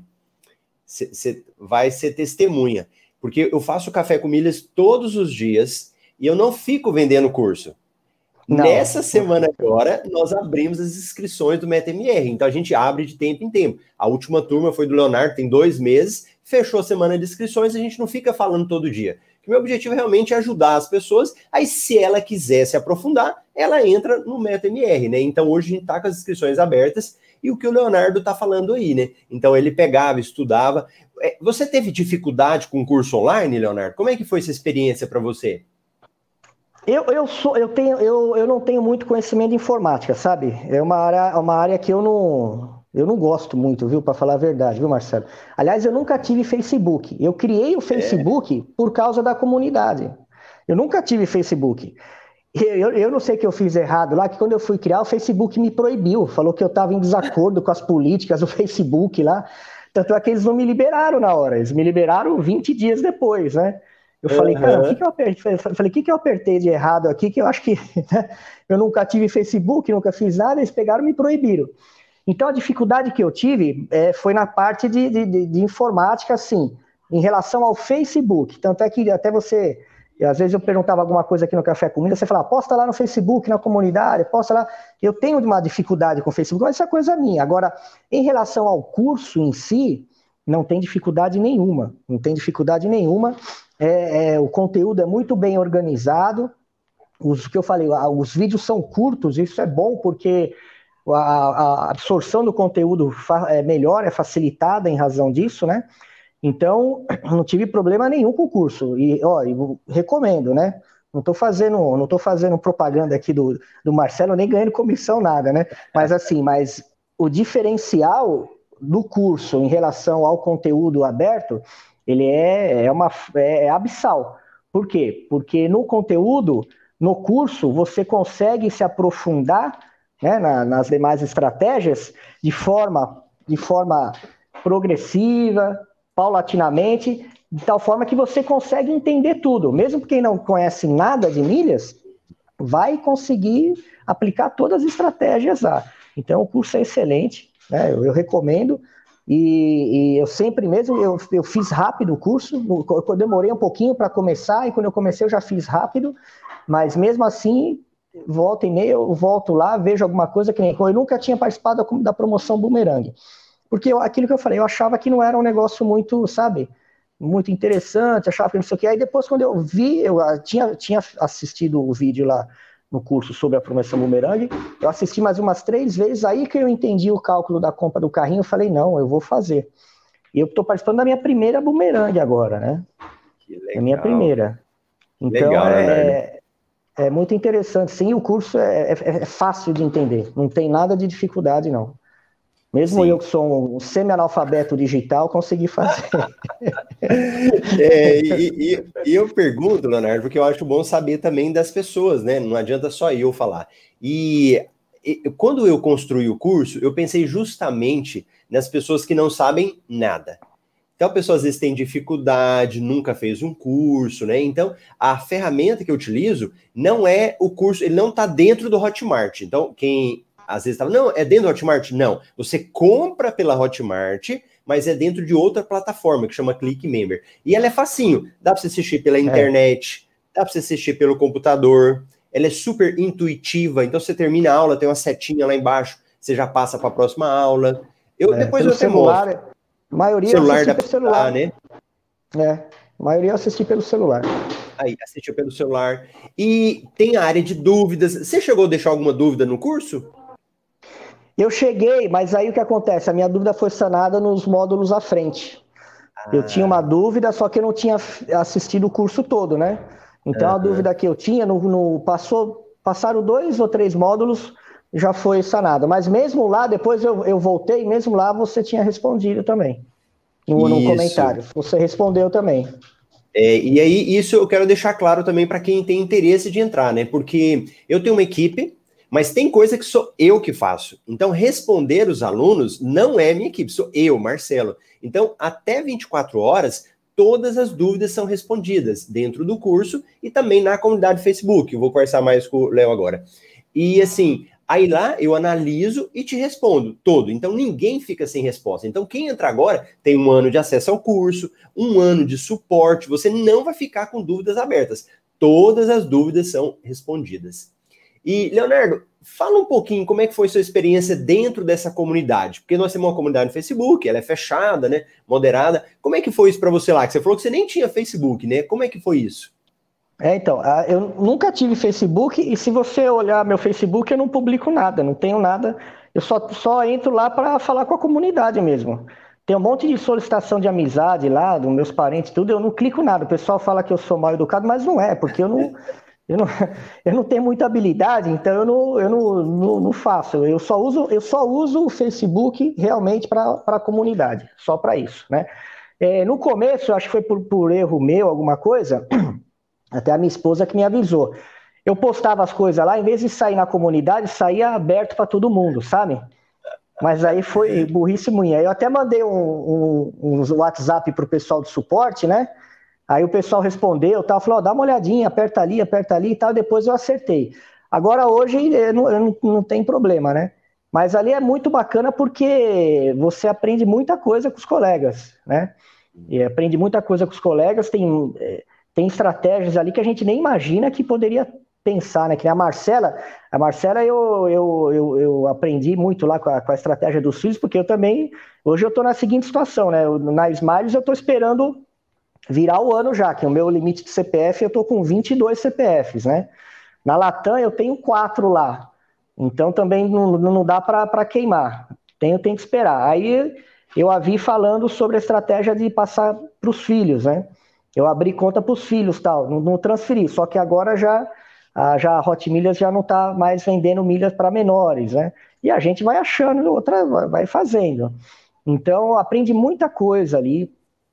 Você vai ser testemunha, porque eu faço Café com Milhas todos os dias, e eu não fico vendendo curso. Não, Nessa semana agora, nós abrimos as inscrições do MetaMR, então a gente abre de tempo em tempo. A última turma foi do Leonardo, tem dois meses, fechou a semana de inscrições, a gente não fica falando todo dia. O meu objetivo é realmente ajudar as pessoas, aí se ela quiser se aprofundar, ela entra no MetaMR, né? Então hoje a gente está com as inscrições abertas, e o que o Leonardo está falando aí, né? Então ele pegava, estudava. Você teve dificuldade com o curso online, Leonardo? Como é que foi essa experiência para você? Eu, eu, sou, eu, tenho, eu, eu não tenho muito conhecimento de informática, sabe? É uma área, uma área que eu não, eu não gosto muito, viu? Para falar a verdade, viu, Marcelo? Aliás, eu nunca tive Facebook. Eu criei o Facebook é. por causa da comunidade. Eu nunca tive Facebook. Eu, eu não sei o que eu fiz errado lá, que quando eu fui criar, o Facebook me proibiu. Falou que eu estava em desacordo com as políticas do Facebook lá. Tanto é que eles não me liberaram na hora. Eles me liberaram vinte dias depois, né? Eu falei, uhum. cara, o que, que eu apertei? Eu falei, o que, que eu apertei de errado aqui? Que eu acho que né, eu nunca tive Facebook, nunca fiz nada, eles pegaram e me proibiram. Então a dificuldade que eu tive é, foi na parte de, de, de informática, assim, em relação ao Facebook. Tanto é que até você, às vezes eu perguntava alguma coisa aqui no Café Comida, você falava, posta lá no Facebook, na comunidade, posta lá. Eu tenho uma dificuldade com o Facebook, mas isso é coisa minha. Agora, em relação ao curso em si, não tem dificuldade nenhuma, não tem dificuldade nenhuma. É, é, o conteúdo é muito bem organizado, os que eu falei, os vídeos são curtos, isso é bom porque a, a absorção do conteúdo é melhor, é facilitada em razão disso, né? Então, não tive problema nenhum com o curso, e ó, eu recomendo, né? Não estou fazendo, não tô fazendo propaganda aqui do, do Marcelo, nem ganhando comissão, nada, né? Mas assim, mas o diferencial do curso em relação ao conteúdo aberto, ele é, é, uma, é abissal. Por quê? Porque no conteúdo No curso, você consegue se aprofundar, né, na, nas demais estratégias de forma, de forma progressiva, paulatinamente, de tal forma que você consegue entender tudo. Mesmo quem não conhece nada de milhas, vai conseguir aplicar todas as estratégias lá. Então, o curso é excelente, né? eu, eu recomendo, e, e eu sempre mesmo, eu, eu fiz rápido o curso, eu demorei um pouquinho para começar, e quando eu comecei eu já fiz rápido, mas mesmo assim, volta e meia, eu volto lá, vejo alguma coisa que nem... Eu nunca tinha participado da, da promoção Boomerang, porque eu, aquilo que eu falei, eu achava que não era um negócio muito, sabe, muito interessante, achava que não sei o que. Aí depois, quando eu vi, eu tinha, tinha assistido o vídeo lá no curso sobre a promoção Boomerang, eu assisti mais umas três vezes, aí que eu entendi o cálculo da compra do carrinho, eu falei, não, eu vou fazer. E eu estou participando da minha primeira Boomerang agora, né? Que legal. É a minha primeira. Então, legal, é, é muito interessante, sim, o curso é, é, é fácil de entender, não tem nada de dificuldade, não. Mesmo Sim. eu que sou um semi-analfabeto digital, consegui fazer. É, e, e, e eu pergunto, Leonardo, porque eu acho bom saber também das pessoas, né? Não adianta só eu falar. E, e quando eu construí o curso, eu pensei justamente nas pessoas que não sabem nada. Então, a pessoa às vezes tem dificuldade, nunca fez um curso, né? Então, a ferramenta que eu utilizo não é o curso, ele não está dentro do Hotmart. Então, quem às vezes fala, não, é dentro do Hotmart? Não. Você compra pela Hotmart, mas é dentro de outra plataforma que chama ClickMember. E ela é facinho. Dá para você assistir pela internet, é. dá para você assistir pelo computador. Ela é super intuitiva. Então, você termina a aula, tem uma setinha lá embaixo, você já passa para a próxima aula. Eu, é, depois eu até celular, mostro. A maioria celular eu assisti pelo celular, né? É, a maioria eu assisti pelo celular. Aí, assistiu pelo celular. E tem a área de dúvidas. Você chegou a deixar alguma dúvida no curso? Eu cheguei, mas aí o que acontece? A minha dúvida foi sanada nos módulos à frente. Ah. Eu tinha uma dúvida, só que eu não tinha assistido o curso todo, né? Então, uhum. a dúvida que eu tinha, no, no, passou, passaram dois ou três módulos, já foi sanada. Mas mesmo lá, depois eu, eu voltei, mesmo lá você tinha respondido também. No, no comentário. Você respondeu também. É, e aí, isso eu quero deixar claro também para quem tem interesse de entrar, né? Porque eu tenho uma equipe, mas tem coisa que sou eu que faço. Então, responder os alunos não é minha equipe, sou eu, Marcelo. Então, até vinte e quatro horas, todas as dúvidas são respondidas dentro do curso e também na comunidade Facebook. Eu vou conversar mais com o Léo agora. E assim, aí lá eu analiso e te respondo todo. Então, ninguém fica sem resposta. Então, quem entra agora tem um ano de acesso ao curso, um ano de suporte. Você não vai ficar com dúvidas abertas. Todas as dúvidas são respondidas. E, Leonardo, fala um pouquinho como é que foi sua experiência dentro dessa comunidade. Porque nós temos uma comunidade no Facebook, ela é fechada, né? Moderada. Como é que foi isso para você lá? Que você falou que você nem tinha Facebook, né? Como é que foi isso? É, então, eu nunca tive Facebook e se você olhar meu Facebook, eu não publico nada, não tenho nada. Eu só, só entro lá para falar com a comunidade mesmo. Tem um monte de solicitação de amizade lá, dos meus parentes, tudo, eu não clico nada. O pessoal fala que eu sou mal educado, mas não é, porque eu não... Eu não, eu não tenho muita habilidade, então eu não, eu não, não, não faço. Eu só uso, eu só uso o Facebook realmente para a comunidade, só para isso, né? É, no começo, acho que foi por, por erro meu, alguma coisa, até a minha esposa que me avisou. Eu postava as coisas lá, em vez de sair na comunidade, saía aberto para todo mundo, sabe? Mas aí foi burrice minha. Eu até mandei um, um, um WhatsApp para o pessoal do suporte, né? Aí o pessoal respondeu, tal, falou, oh, dá uma olhadinha, aperta ali, aperta ali e tal, depois eu acertei. Agora hoje eu não, eu não, não tem problema, né? Mas ali é muito bacana porque você aprende muita coisa com os colegas, né? E aprende muita coisa com os colegas, tem, tem estratégias ali que a gente nem imagina que poderia pensar, né? Que nem a Marcela, a Marcela eu, eu, eu, eu aprendi muito lá com a, com a estratégia dos filhos, porque eu também, hoje eu tô na seguinte situação, né? Eu, na Smiles eu tô esperando virar o ano já, que o meu limite de C P F, eu tô com vinte e dois C P Fs, né? Na Latam eu tenho quatro lá, então também não, não dá para queimar, tenho, tenho que esperar. Aí eu a vi falando sobre a estratégia de passar para os filhos, né? Eu abri conta para os filhos, tal, não, não transferi, só que agora já a, já a Hot Milhas já não está mais vendendo milhas para menores, né? E a gente vai achando outra, vai fazendo. Então aprende muita coisa ali.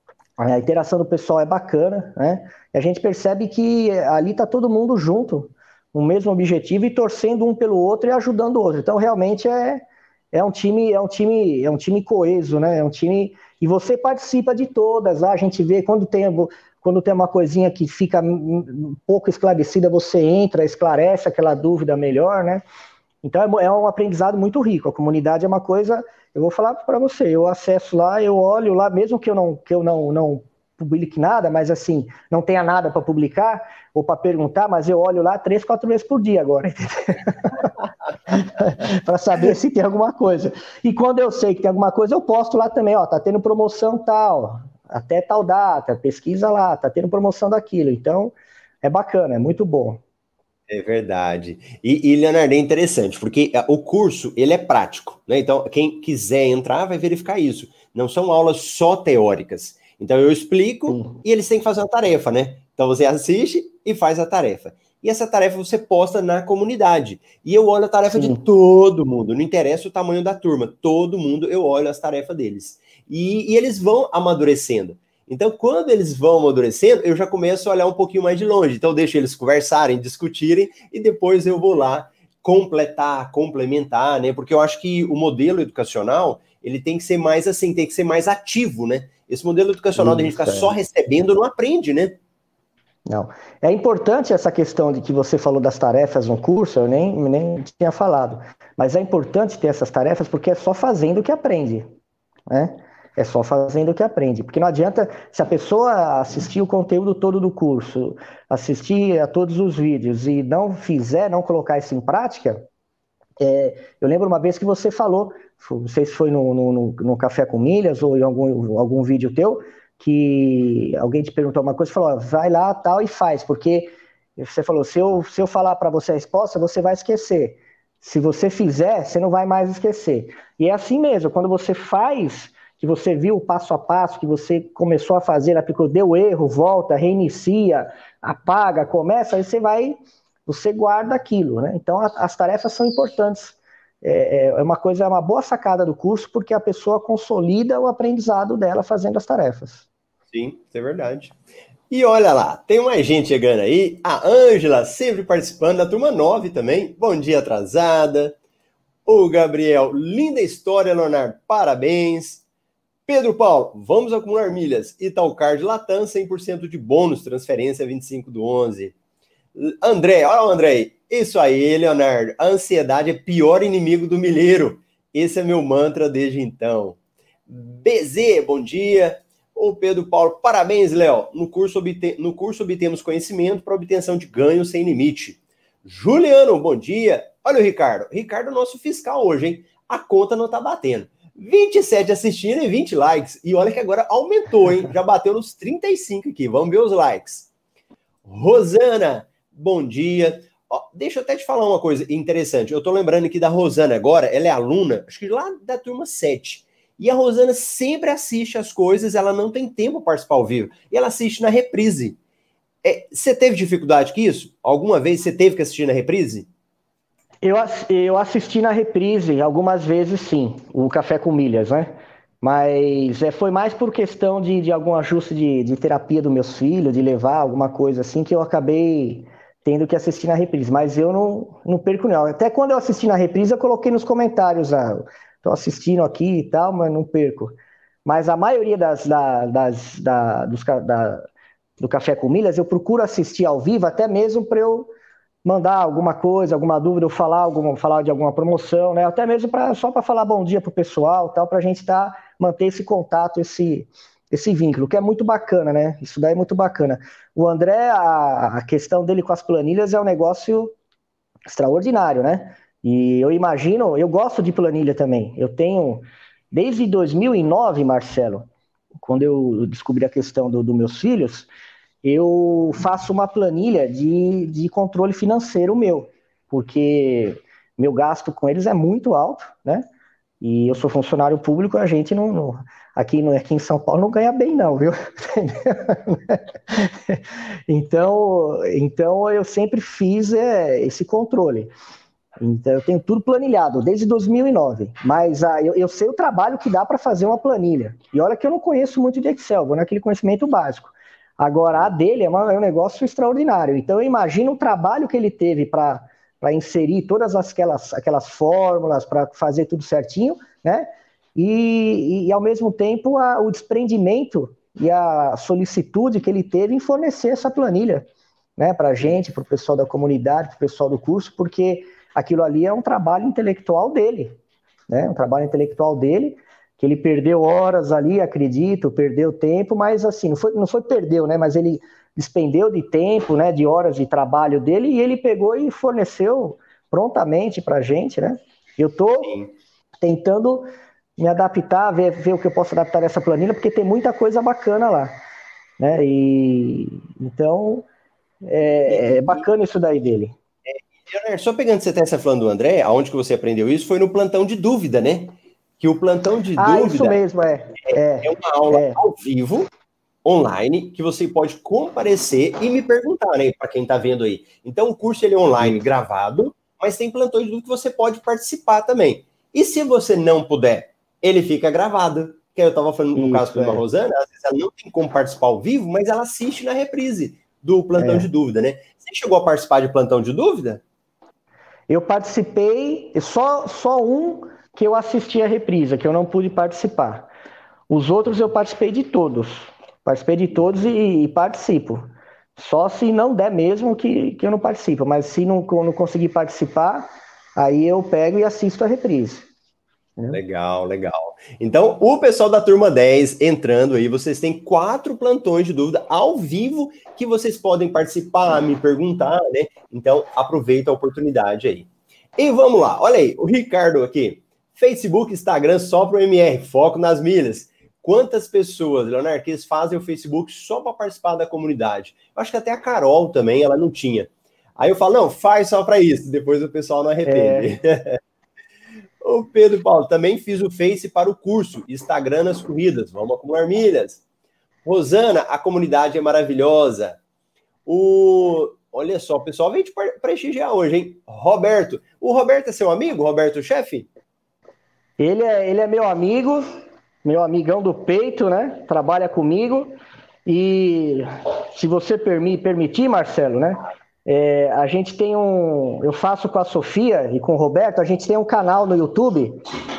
A interação do pessoal é bacana, né? E a gente percebe que ali tá todo mundo junto, um mesmo objetivo e torcendo um pelo outro e ajudando o outro. Então, realmente é, é um time, é um time, é um time coeso, né? É um time e você participa de todas. Lá a gente vê quando tem quando tem uma coisinha que fica um pouco esclarecida, você entra, esclarece aquela dúvida melhor, né? Então é um aprendizado muito rico. A comunidade é uma coisa, eu vou falar para você, eu acesso lá, eu olho lá, mesmo que eu não, que eu não, não publique nada, mas assim, não tenha nada para publicar ou para perguntar, mas eu olho lá três, quatro vezes por dia agora, para saber se tem alguma coisa. E quando eu sei que tem alguma coisa, eu posto lá também, ó, tá tendo promoção tal, até tal data, pesquisa lá, tá tendo promoção daquilo. Então, é bacana, é muito bom. É verdade. E, e, Leonardo, é interessante, porque o curso, ele é prático, né? Então, quem quiser entrar vai verificar isso. Não são aulas só teóricas. Então, eu explico Sim. e eles têm que fazer uma tarefa, né? Então, você assiste e faz a tarefa. E essa tarefa você posta na comunidade. E eu olho a tarefa Sim. de todo mundo, não interessa o tamanho da turma, todo mundo eu olho as tarefas deles. E, e eles vão amadurecendo. Então, quando eles vão amadurecendo, eu já começo a olhar um pouquinho mais de longe. Então, eu deixo eles conversarem, discutirem, e depois eu vou lá completar, complementar, né? Porque eu acho que o modelo educacional, ele tem que ser mais assim, tem que ser mais ativo, né? Esse modelo educacional de a gente ficar é. só recebendo não aprende, né? Não. É importante essa questão de que você falou das tarefas no curso, eu nem, nem tinha falado. Mas é importante ter essas tarefas porque é só fazendo que aprende, né? É só fazendo que aprende, porque não adianta, se a pessoa assistir o conteúdo todo do curso, assistir a todos os vídeos e não fizer, não colocar isso em prática, é, eu lembro uma vez que você falou, não sei se foi no, no, no Café com Milhas ou em algum, algum vídeo teu, que alguém te perguntou uma coisa e falou, ó, vai lá tal e faz, porque você falou, se eu, se eu falar para você a resposta, você vai esquecer. Se você fizer, você não vai mais esquecer. E é assim mesmo, quando você faz... que você viu o passo a passo, que você começou a fazer, aplicou, deu erro, volta, reinicia, apaga, começa, aí você vai, você guarda aquilo, né? Então, a, as tarefas são importantes. É, é uma coisa, é uma boa sacada do curso, porque a pessoa consolida o aprendizado dela fazendo as tarefas. Sim, isso é verdade. E olha lá, tem mais gente chegando aí. A Ângela, sempre participando, da turma nove também. Bom dia atrasada. O Gabriel, linda história, Leonardo, parabéns. Pedro Paulo, vamos acumular milhas. Italcard Latam, cem por cento de bônus, transferência vinte e cinco do onze. André, olha o André. Isso aí, Leonardo. A ansiedade é pior inimigo do milheiro. Esse é meu mantra desde então. B Z, bom dia. Ô Pedro Paulo, parabéns, Léo. No curso, obte... no curso obtemos conhecimento para obtenção de ganho sem limite. Juliano, bom dia. Olha o Ricardo. Ricardo é o nosso fiscal hoje, hein? A conta não tá batendo. vinte e sete assistindo e vinte likes. E olha que agora aumentou, hein? Já bateu nos trinta e cinco aqui. Vamos ver os likes. Rosana, bom dia. Ó, deixa eu até te falar uma coisa interessante. Eu tô lembrando aqui da Rosana agora. Ela é aluna, acho que lá da turma sete. E a Rosana sempre assiste as coisas, ela não tem tempo para participar ao vivo. E ela assiste na reprise. É, você teve dificuldade com isso? Alguma vez você teve que assistir na reprise? Eu, eu assisti na reprise, algumas vezes sim, o Café com Milhas, né? Mas é, foi mais por questão de, de algum ajuste de, de terapia dos meus filhos, de levar alguma coisa assim, que eu acabei tendo que assistir na reprise. Mas eu não, não perco não. Até quando eu assisti na reprise, eu coloquei nos comentários, ah, tô assistindo aqui e tal, mas não perco. Mas a maioria das, da, das, da, dos, da, do Café com Milhas, eu procuro assistir ao vivo, até mesmo para eu mandar alguma coisa, alguma dúvida, ou falar, alguma, falar de alguma promoção, né? Até mesmo pra, só para falar bom dia para o pessoal, tal, para a gente tá, manter esse contato, esse, esse vínculo, que é muito bacana, né? Isso daí é muito bacana. O André, a, a questão dele com as planilhas é um negócio extraordinário, né? E eu imagino, eu gosto de planilha também. Eu tenho, desde dois mil e nove, Marcelo, quando eu descobri a questão dos do meus filhos, eu faço uma planilha de, de controle financeiro meu, porque meu gasto com eles é muito alto, né? E eu sou funcionário público, a gente não, não aqui, no, aqui em São Paulo não ganha bem não, viu? então, então eu sempre fiz é, esse controle. Então eu tenho tudo planilhado desde dois mil e nove, mas ah, eu, eu sei o trabalho que dá para fazer uma planilha. E olha que eu não conheço muito de Excel, vou naquele conhecimento básico. Agora, a dele é, uma, é um negócio extraordinário. Então, eu imagino o trabalho que ele teve para inserir todas aquelas, aquelas fórmulas, para fazer tudo certinho, né? E, e, e ao mesmo tempo, a, o desprendimento e a solicitude que ele teve em fornecer essa planilha, né, para a gente, para o pessoal da comunidade, para o pessoal do curso, porque aquilo ali é um trabalho intelectual dele, né, um trabalho intelectual dele, que ele perdeu horas ali, acredito, perdeu tempo, mas assim, não foi, não foi perdeu, né, mas ele despendeu de tempo, né, de horas de trabalho dele, e ele pegou e forneceu prontamente para a gente, né. Eu estou tentando me adaptar, ver, ver o que eu posso adaptar nessa planilha, porque tem muita coisa bacana lá, né, e então é, é bacana isso daí dele. Leonardo, só pegando que você está falando do André, aonde que você aprendeu isso foi no plantão de dúvida, né? Que o plantão de ah, dúvida isso mesmo, é. É, é uma aula é. ao vivo, online, que você pode comparecer e me perguntar, né? Para quem está vendo aí. Então, o curso ele é online, isso. gravado, mas tem plantão de dúvida que você pode participar também. E se você não puder, ele fica gravado. Que eu estava falando no isso, caso com a é. Rosana, às vezes ela não tem como participar ao vivo, mas ela assiste na reprise do plantão é. de dúvida, né? Você chegou a participar de plantão de dúvida? Eu participei, só, só um que eu assisti a reprisa, que eu não pude participar. Os outros eu participei de todos. Participei de todos e, e participo. Só se não der mesmo que, que eu não participo. Mas se não, não conseguir participar, aí eu pego e assisto a reprise. Legal, legal. Então, o pessoal da turma dez entrando aí, vocês têm quatro plantões de dúvida ao vivo que vocês podem participar, me perguntar, né? Então, aproveita a oportunidade aí. E vamos lá, olha aí, o Ricardo aqui. Facebook, Instagram, só para o M R, foco nas milhas. Quantas pessoas, Leonardo, que eles fazem o Facebook só para participar da comunidade? Eu acho que até a Carol também, ela não tinha. Aí eu falo, não, faz só para isso, depois o pessoal não arrepende. É. Ô Pedro Paulo, também fiz o Face para o curso, Instagram nas corridas, vamos acumular milhas. Rosana, a comunidade é maravilhosa. O... Olha só, o pessoal vem te prestigiar hoje, hein? Roberto, o Roberto é seu amigo, Roberto Chefe? Ele é, ele é meu amigo, meu amigão do peito, né? Trabalha comigo. E se você permitir, Marcelo, né? É, a gente tem um... Eu faço com a Sofia e com o Roberto, a gente tem um canal no YouTube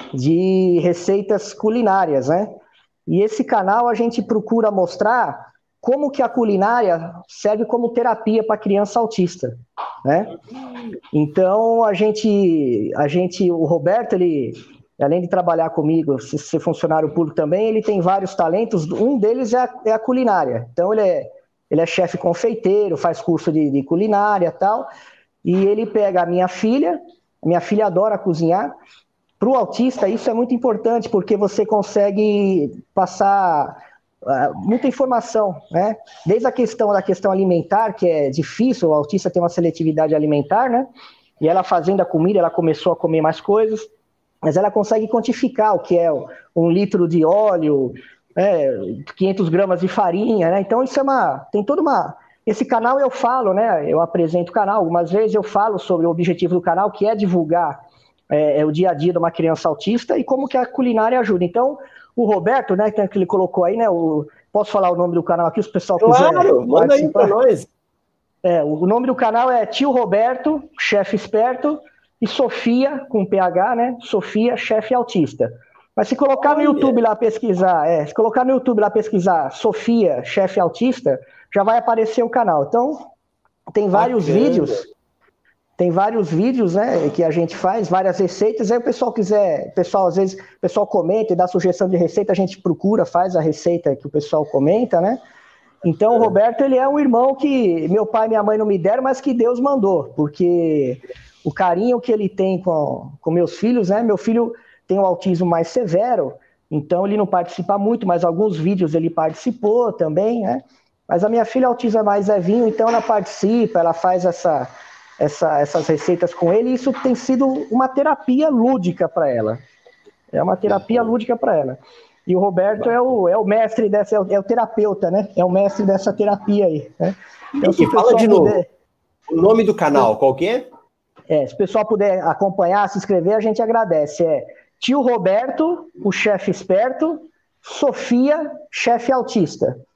de receitas culinárias, né? E esse canal a gente procura mostrar como que a culinária serve como terapia para criança autista, né? Então, a gente, a gente... O Roberto, ele... Além de trabalhar comigo, ser funcionário público também, ele tem vários talentos. Um deles é a, é a culinária. Então, ele é, ele é chefe confeiteiro, faz curso de, de culinária e tal. E ele pega a minha filha, minha filha adora cozinhar. Para o autista, isso é muito importante, porque você consegue passar uh, muita informação, né? Desde a questão da questão alimentar, que é difícil, o autista tem uma seletividade alimentar, né? E ela fazendo a comida, ela começou a comer mais coisas. Mas ela consegue quantificar o que é um litro de óleo, é, quinhentas gramas de farinha, né? Então isso é uma... Tem toda uma... Esse canal eu falo, né? Eu apresento o canal. Algumas vezes eu falo sobre o objetivo do canal, que é divulgar é, é, o dia a dia de uma criança autista e como que a culinária ajuda. Então, o Roberto, né, que ele colocou aí, né? O, posso falar o nome do canal aqui, se o pessoal quiser Claro, manda aí para nós. É, o nome do canal é Tio Roberto, Chefe Esperto, e Sofia, com P H, né? Sofia, chefe autista. Mas se colocar Olha. no YouTube lá pesquisar, é, se colocar no YouTube lá pesquisar Sofia, chefe autista, já vai aparecer o canal. Então, tem vários Bacana. vídeos, tem vários vídeos, né, que a gente faz, várias receitas. Aí o pessoal quiser, o pessoal às vezes, o pessoal comenta e dá sugestão de receita, a gente procura, faz a receita que o pessoal comenta, né? Então, o Roberto, ele é um irmão que meu pai e minha mãe não me deram, mas que Deus mandou, porque o carinho que ele tem com, com meus filhos, né? Meu filho tem um autismo mais severo, então ele não participa muito, mas alguns vídeos ele participou também, né? Mas a minha filha, autismo é mais levinho, então ela participa, ela faz essa, essa, essas receitas com ele, e isso tem sido uma terapia lúdica para ela. É uma terapia lúdica para ela. E o Roberto é o, é o mestre dessa, é o, é o terapeuta, né? É o mestre dessa terapia aí, né? Então, se e fala de novo, puder... o nome do canal, qual que é? É, se o pessoal puder acompanhar, se inscrever, a gente agradece. É Tio Roberto, o chefe esperto, Sofia, chefe autista.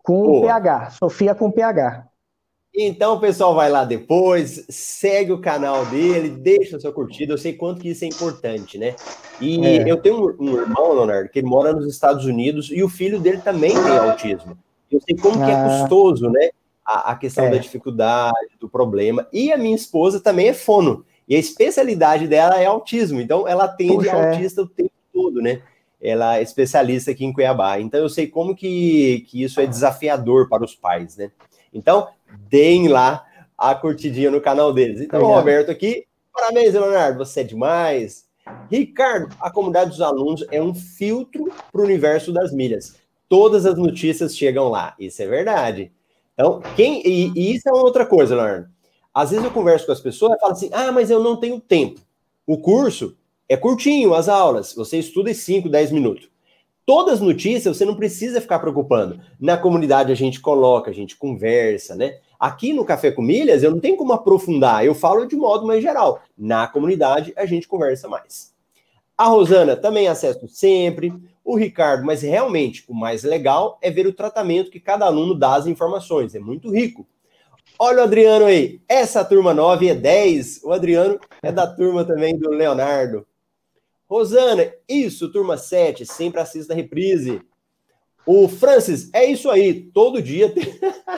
com Boa. P H, Sofia com P H. Então o pessoal vai lá depois, segue o canal dele, deixa a sua curtida, eu sei quanto que isso é importante, né? E É. eu tenho um, um irmão, Leonardo, que ele mora nos Estados Unidos e o filho dele também tem autismo. Eu sei como que é Ah, custoso, né? A, a questão é. da dificuldade, do problema. E a minha esposa também é fono. E a especialidade dela é autismo. Então ela atende Puxa, é. autista o tempo todo, né? Ela é especialista aqui em Cuiabá. Então eu sei como que, que isso é desafiador para os pais, né? Então, deem lá a curtidinha no canal deles. Então, Obrigado. Roberto aqui, parabéns, Leonardo, você é demais. Ricardo, a comunidade dos alunos é um filtro para o universo das milhas. Todas as notícias chegam lá, isso é verdade. Então, quem e, e isso é uma outra coisa, Leonardo. Às vezes eu converso com as pessoas e falo assim, ah, mas eu não tenho tempo. O curso é curtinho, as aulas, você estuda em cinco, dez minutos. Todas as notícias você não precisa ficar preocupando. Na comunidade a gente coloca, a gente conversa, né? Aqui no Café com Milhas eu não tenho como aprofundar, eu falo de modo mais geral. Na comunidade a gente conversa mais. A Rosana também acesso sempre. O Ricardo, mas realmente o mais legal é ver o tratamento que cada aluno dá às informações. É muito rico. Olha o Adriano aí. Essa turma nove é dez. O Adriano é da turma também do Leonardo. Rosana, isso, turma sete, sempre assista a reprise. O Francis, é isso aí, todo dia tem...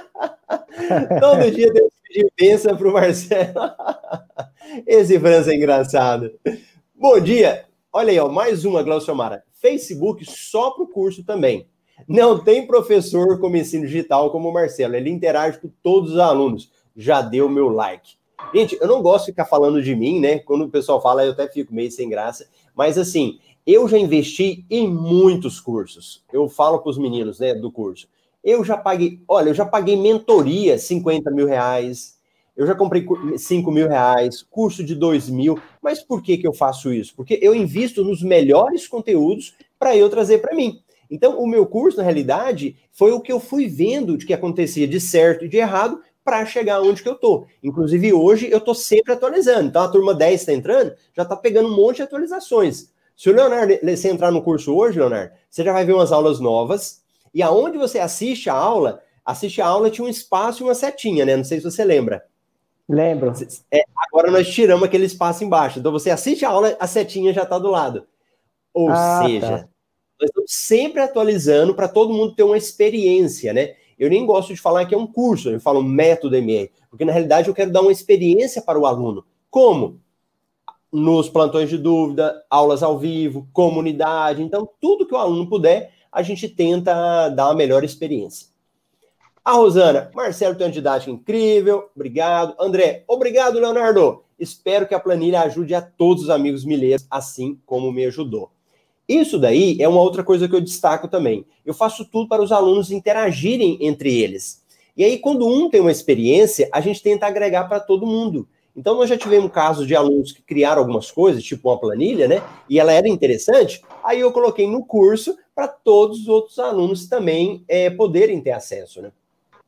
todo dia tem que pedir bênção para o Marcelo. Esse Francis é engraçado. Bom dia, olha aí, ó, mais uma, Glauciomara. Facebook só para o curso também. Não tem professor como ensino digital como o Marcelo, ele interage com todos os alunos. Já deu meu like. Gente, eu não gosto de ficar falando de mim, né? Quando o pessoal fala, eu até fico meio sem graça. Mas, assim, eu já investi em muitos cursos. Eu falo para os meninos, né, do curso. Eu já paguei, olha, eu já paguei mentoria, cinquenta mil reais. Eu já comprei cinco mil reais, curso de dois mil. Mas por que que eu faço isso? Porque eu invisto nos melhores conteúdos para eu trazer para mim. Então, o meu curso, na realidade, foi o que eu fui vendo de que acontecia de certo e de errado para chegar onde que eu tô. Inclusive, hoje, eu tô sempre atualizando. Então, a turma dez está entrando, já tá pegando um monte de atualizações. Se o Leonardo, você entrar no curso hoje, Leonardo, você já vai ver umas aulas novas, e aonde você assiste a aula, assiste a aula tinha um espaço e uma setinha, né? Não sei se você lembra. Lembro. É, agora nós tiramos aquele espaço embaixo. Então, você assiste a aula, a setinha já tá do lado. Ou Ah, seja, tá. nós estamos sempre atualizando para todo mundo ter uma experiência, né? Eu nem gosto de falar que é um curso, eu falo método M E, porque na realidade eu quero dar uma experiência para o aluno. Como? Nos plantões de dúvida, aulas ao vivo, comunidade. Então, tudo que o aluno puder, a gente tenta dar uma melhor experiência. A Rosana, Marcelo tem uma didática incrível, obrigado. André, obrigado, Leonardo. Espero que a planilha ajude a todos os amigos milheiros, assim como me ajudou. Isso daí é uma outra coisa que eu destaco também. Eu faço tudo para os alunos interagirem entre eles. E aí, quando um tem uma experiência, a gente tenta agregar para todo mundo. Então, nós já tivemos casos de alunos que criaram algumas coisas, tipo uma planilha, né? E ela era interessante, aí eu coloquei no curso para todos os outros alunos também é, poderem ter acesso, né?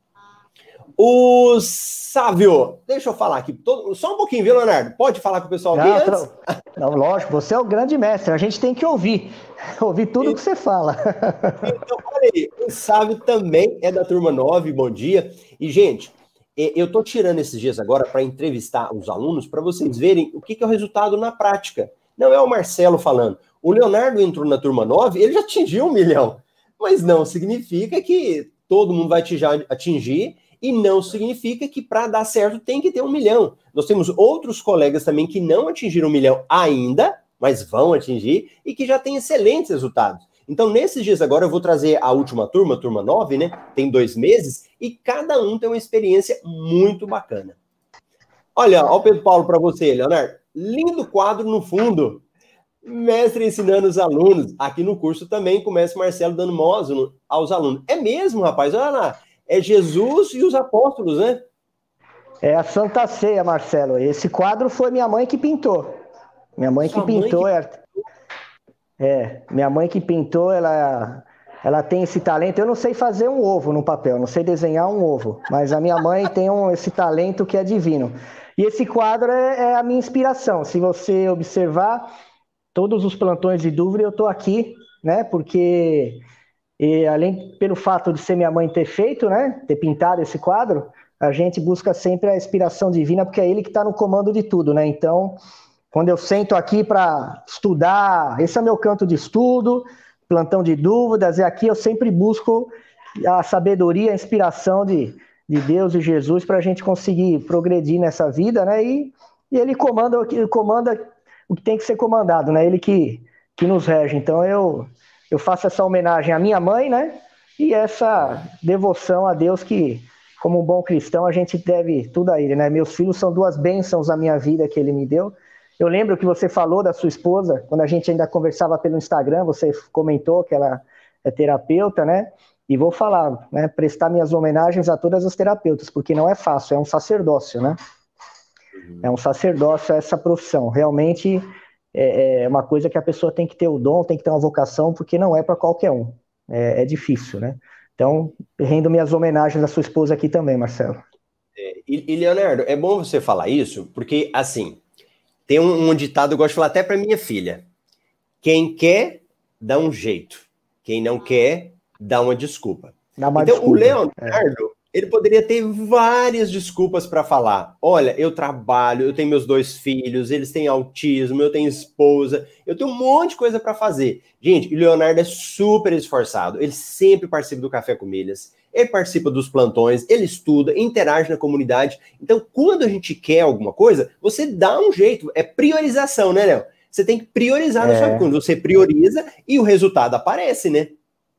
O Sávio, deixa eu falar aqui, todo, só um pouquinho, viu, Leonardo? Pode falar com o pessoal aqui Não, antes? não, lógico, você é o grande mestre, a gente tem que ouvir, ouvir tudo que você fala. Então, olha aí, o Sávio também é da turma nove, bom dia. E, gente, eu estou tirando esses dias agora para entrevistar os alunos para vocês verem o que, que é o resultado na prática. Não é o Marcelo falando. O Leonardo entrou na turma nove, ele já atingiu um milhão. Mas não significa que todo mundo vai atingir e não significa que para dar certo tem que ter um milhão. Nós temos outros colegas também que não atingiram um milhão ainda, mas vão atingir e que já têm excelentes resultados. Então, nesses dias agora, eu vou trazer a última turma, a turma nove, né? Tem dois meses e cada um tem uma experiência muito bacana. Olha, ó o Pedro Paulo para você, Leonardo. Lindo quadro no fundo. Mestre ensinando os alunos. Aqui no curso também começa o Marcelo dando módulo aos alunos. É mesmo, rapaz? Olha lá. É Jesus e os apóstolos, né? É a Santa Ceia, Marcelo. Esse quadro foi minha mãe que pintou. Minha mãe Sua que pintou. Mãe que... É... é, minha mãe que pintou, ela, ela tem esse talento. Eu não sei fazer um ovo no papel, não sei desenhar um ovo, mas a minha mãe tem um, esse talento que é divino. E esse quadro é, é a minha inspiração. Se você observar todos os plantões de dúvida, eu estou aqui, né? Porque E além pelo fato de ser minha mãe ter feito, né, ter pintado esse quadro, a gente busca sempre a inspiração divina, porque é ele que está no comando de tudo, né? Então, quando eu sento aqui para estudar, esse é meu canto de estudo, plantão de dúvidas, e aqui eu sempre busco a sabedoria, a inspiração de, de Deus e Jesus para a gente conseguir progredir nessa vida, né? E, e ele comanda, ele comanda o que tem que ser comandado, né? Ele que, que nos rege. Então eu, eu faço essa homenagem à minha mãe, né? E essa devoção a Deus que, como um bom cristão, a gente deve tudo a ele, né? Meus filhos são duas bênçãos na minha vida que ele me deu. Eu lembro que você falou da sua esposa, quando a gente ainda conversava pelo Instagram, você comentou que ela é terapeuta, né? E vou falar, né? Prestar minhas homenagens a todas as terapeutas, porque não é fácil, é um sacerdócio, né? É um sacerdócio essa profissão. Realmente é uma coisa que a pessoa tem que ter o dom, tem que ter uma vocação, porque não é para qualquer um. É, é difícil, né? Então, rendo minhas homenagens à sua esposa aqui também, Marcelo. É, e, e, Leonardo, é bom você falar isso, porque, assim, tem um, um ditado, eu gosto de falar até para minha filha. Quem quer, dá um jeito. Quem não quer, dá uma desculpa. Dá uma então, desculpa. o Leonardo, é. ele poderia ter várias desculpas para falar. Olha, eu trabalho, eu tenho meus dois filhos, eles têm autismo, eu tenho esposa, eu tenho um monte de coisa para fazer. Gente, o Leonardo é super esforçado, ele sempre participa do Café com Milhas, ele participa dos plantões, ele estuda, interage na comunidade. Então, quando a gente quer alguma coisa, você dá um jeito. É priorização, né, Léo? Você tem que priorizar na É. sua vida. Quando você prioriza e o resultado aparece, né?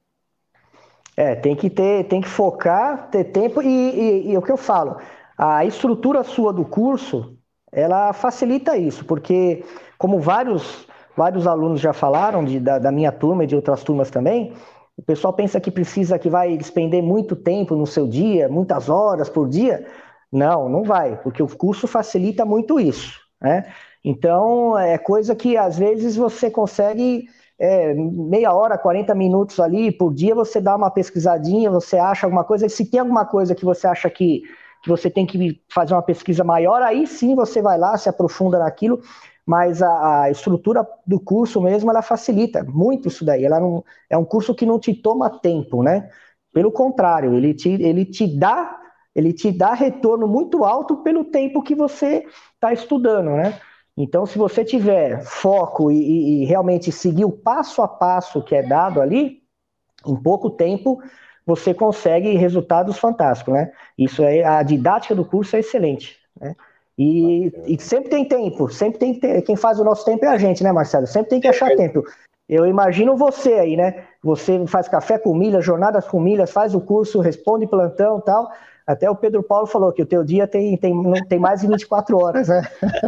É, tem que ter, tem que focar, ter tempo e, e, e o que eu falo, a estrutura sua do curso, ela facilita isso, porque como vários, vários alunos já falaram de, da, da minha turma e de outras turmas também, o pessoal pensa que precisa, que vai despender muito tempo no seu dia, muitas horas por dia. Não, não vai, porque o curso facilita muito isso, né? Então, é coisa que às vezes você consegue... É, meia hora, quarenta minutos ali por dia, você dá uma pesquisadinha, você acha alguma coisa, e se tem alguma coisa que você acha que, que você tem que fazer uma pesquisa maior, aí sim você vai lá, se aprofunda naquilo, mas a, a estrutura do curso mesmo, ela facilita muito isso daí, ela não, é um curso que não te toma tempo, né? Pelo contrário, ele te, ele te dá, ele te dá retorno muito alto pelo tempo que você está estudando, né? Então, se você tiver foco e, e, e realmente seguir o passo a passo que é dado ali, em pouco tempo você consegue resultados fantásticos, né? Isso é, a didática do curso é excelente, né? E, e sempre tem tempo, sempre tem que ter, quem faz o nosso tempo é a gente, né, Marcelo? Sempre tem que achar tempo. Eu imagino você aí, né? Você faz café com milhas, jornadas com milhas, faz o curso, responde plantão e tal. Até o Pedro Paulo falou que o teu dia tem, tem, não, tem mais de vinte e quatro horas, né?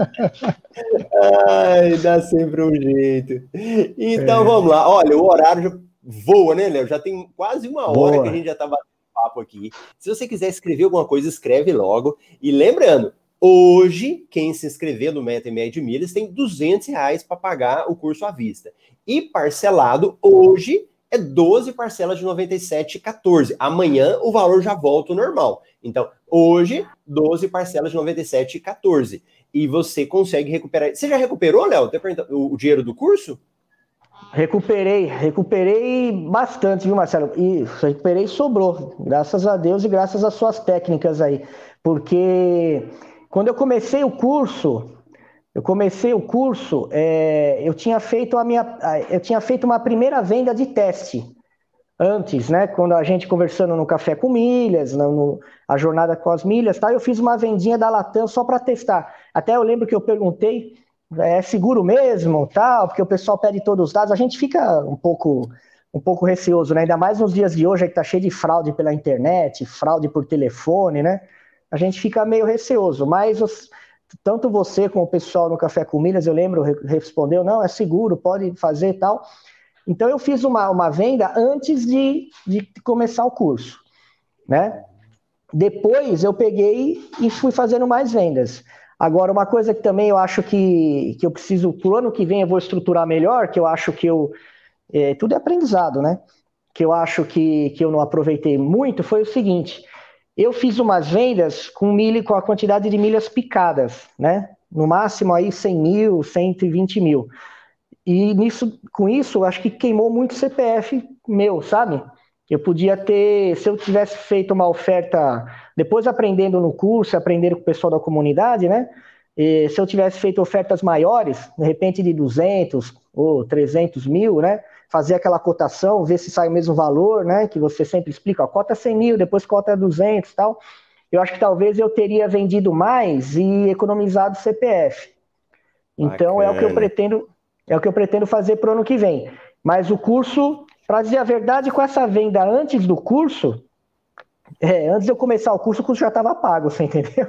Ai, dá sempre um jeito. Então, é. vamos lá. Olha, o horário já voa, né, Léo? Já tem quase uma hora Boa. que a gente já tá batendo papo aqui. Se você quiser escrever alguma coisa, escreve logo. E lembrando, hoje, quem se inscrever no Meta M R de Milhas tem duzentos reais para pagar o curso à vista. E parcelado, hoje, é doze parcelas de noventa e sete reais e quatorze centavos. Amanhã o valor já volta ao normal. Então, hoje, doze parcelas de noventa e sete reais e quatorze centavos. E você consegue recuperar. Você já recuperou, Léo, o dinheiro do curso? Recuperei, recuperei bastante, viu, Marcelo? E recuperei e sobrou, graças a Deus e graças às suas técnicas aí. Porque quando eu comecei o curso, eu comecei o curso, é, eu tinha feito a minha, eu tinha feito uma primeira venda de teste. Antes, né, quando a gente conversando no Café com Milhas, no, no, a jornada com as milhas, tá, eu fiz uma vendinha da Latam só para testar. Até eu lembro que eu perguntei, é seguro mesmo, tal, porque o pessoal pede todos os dados, a gente fica um pouco, um pouco receoso, né, ainda mais nos dias de hoje que tá cheio de fraude pela internet, fraude por telefone, né, a gente fica meio receoso, mas os, tanto você como o pessoal no Café com Milhas, eu lembro, respondeu, não, é seguro, pode fazer e tal. Então, eu fiz uma, uma venda antes de, de começar o curso, né? Depois, eu peguei e fui fazendo mais vendas. Agora, uma coisa que também eu acho que, que eu preciso, pro ano que vem eu vou estruturar melhor, que eu acho que eu... É, tudo é aprendizado, né? Que eu acho que, que eu não aproveitei muito, foi o seguinte, eu fiz umas vendas com, milha, com a quantidade de milhas picadas, né? No máximo aí cem mil, cento e vinte mil. E nisso, com isso, acho que queimou muito C P F meu, sabe? Eu podia ter, se eu tivesse feito uma oferta, depois aprendendo no curso, aprendendo com o pessoal da comunidade, né? E se eu tivesse feito ofertas maiores, de repente de duzentos ou trezentos mil, né? Fazer aquela cotação, ver se sai o mesmo valor, né? Que você sempre explica, ó, cota cem mil, depois cota duzentos e tal. Eu acho que talvez eu teria vendido mais e economizado C P F. Então Bacana. é o que eu pretendo, é o que eu pretendo fazer para o ano que vem. Mas o curso, para dizer a verdade, com essa venda antes do curso, é, antes de eu começar o curso, o curso já estava pago, você entendeu?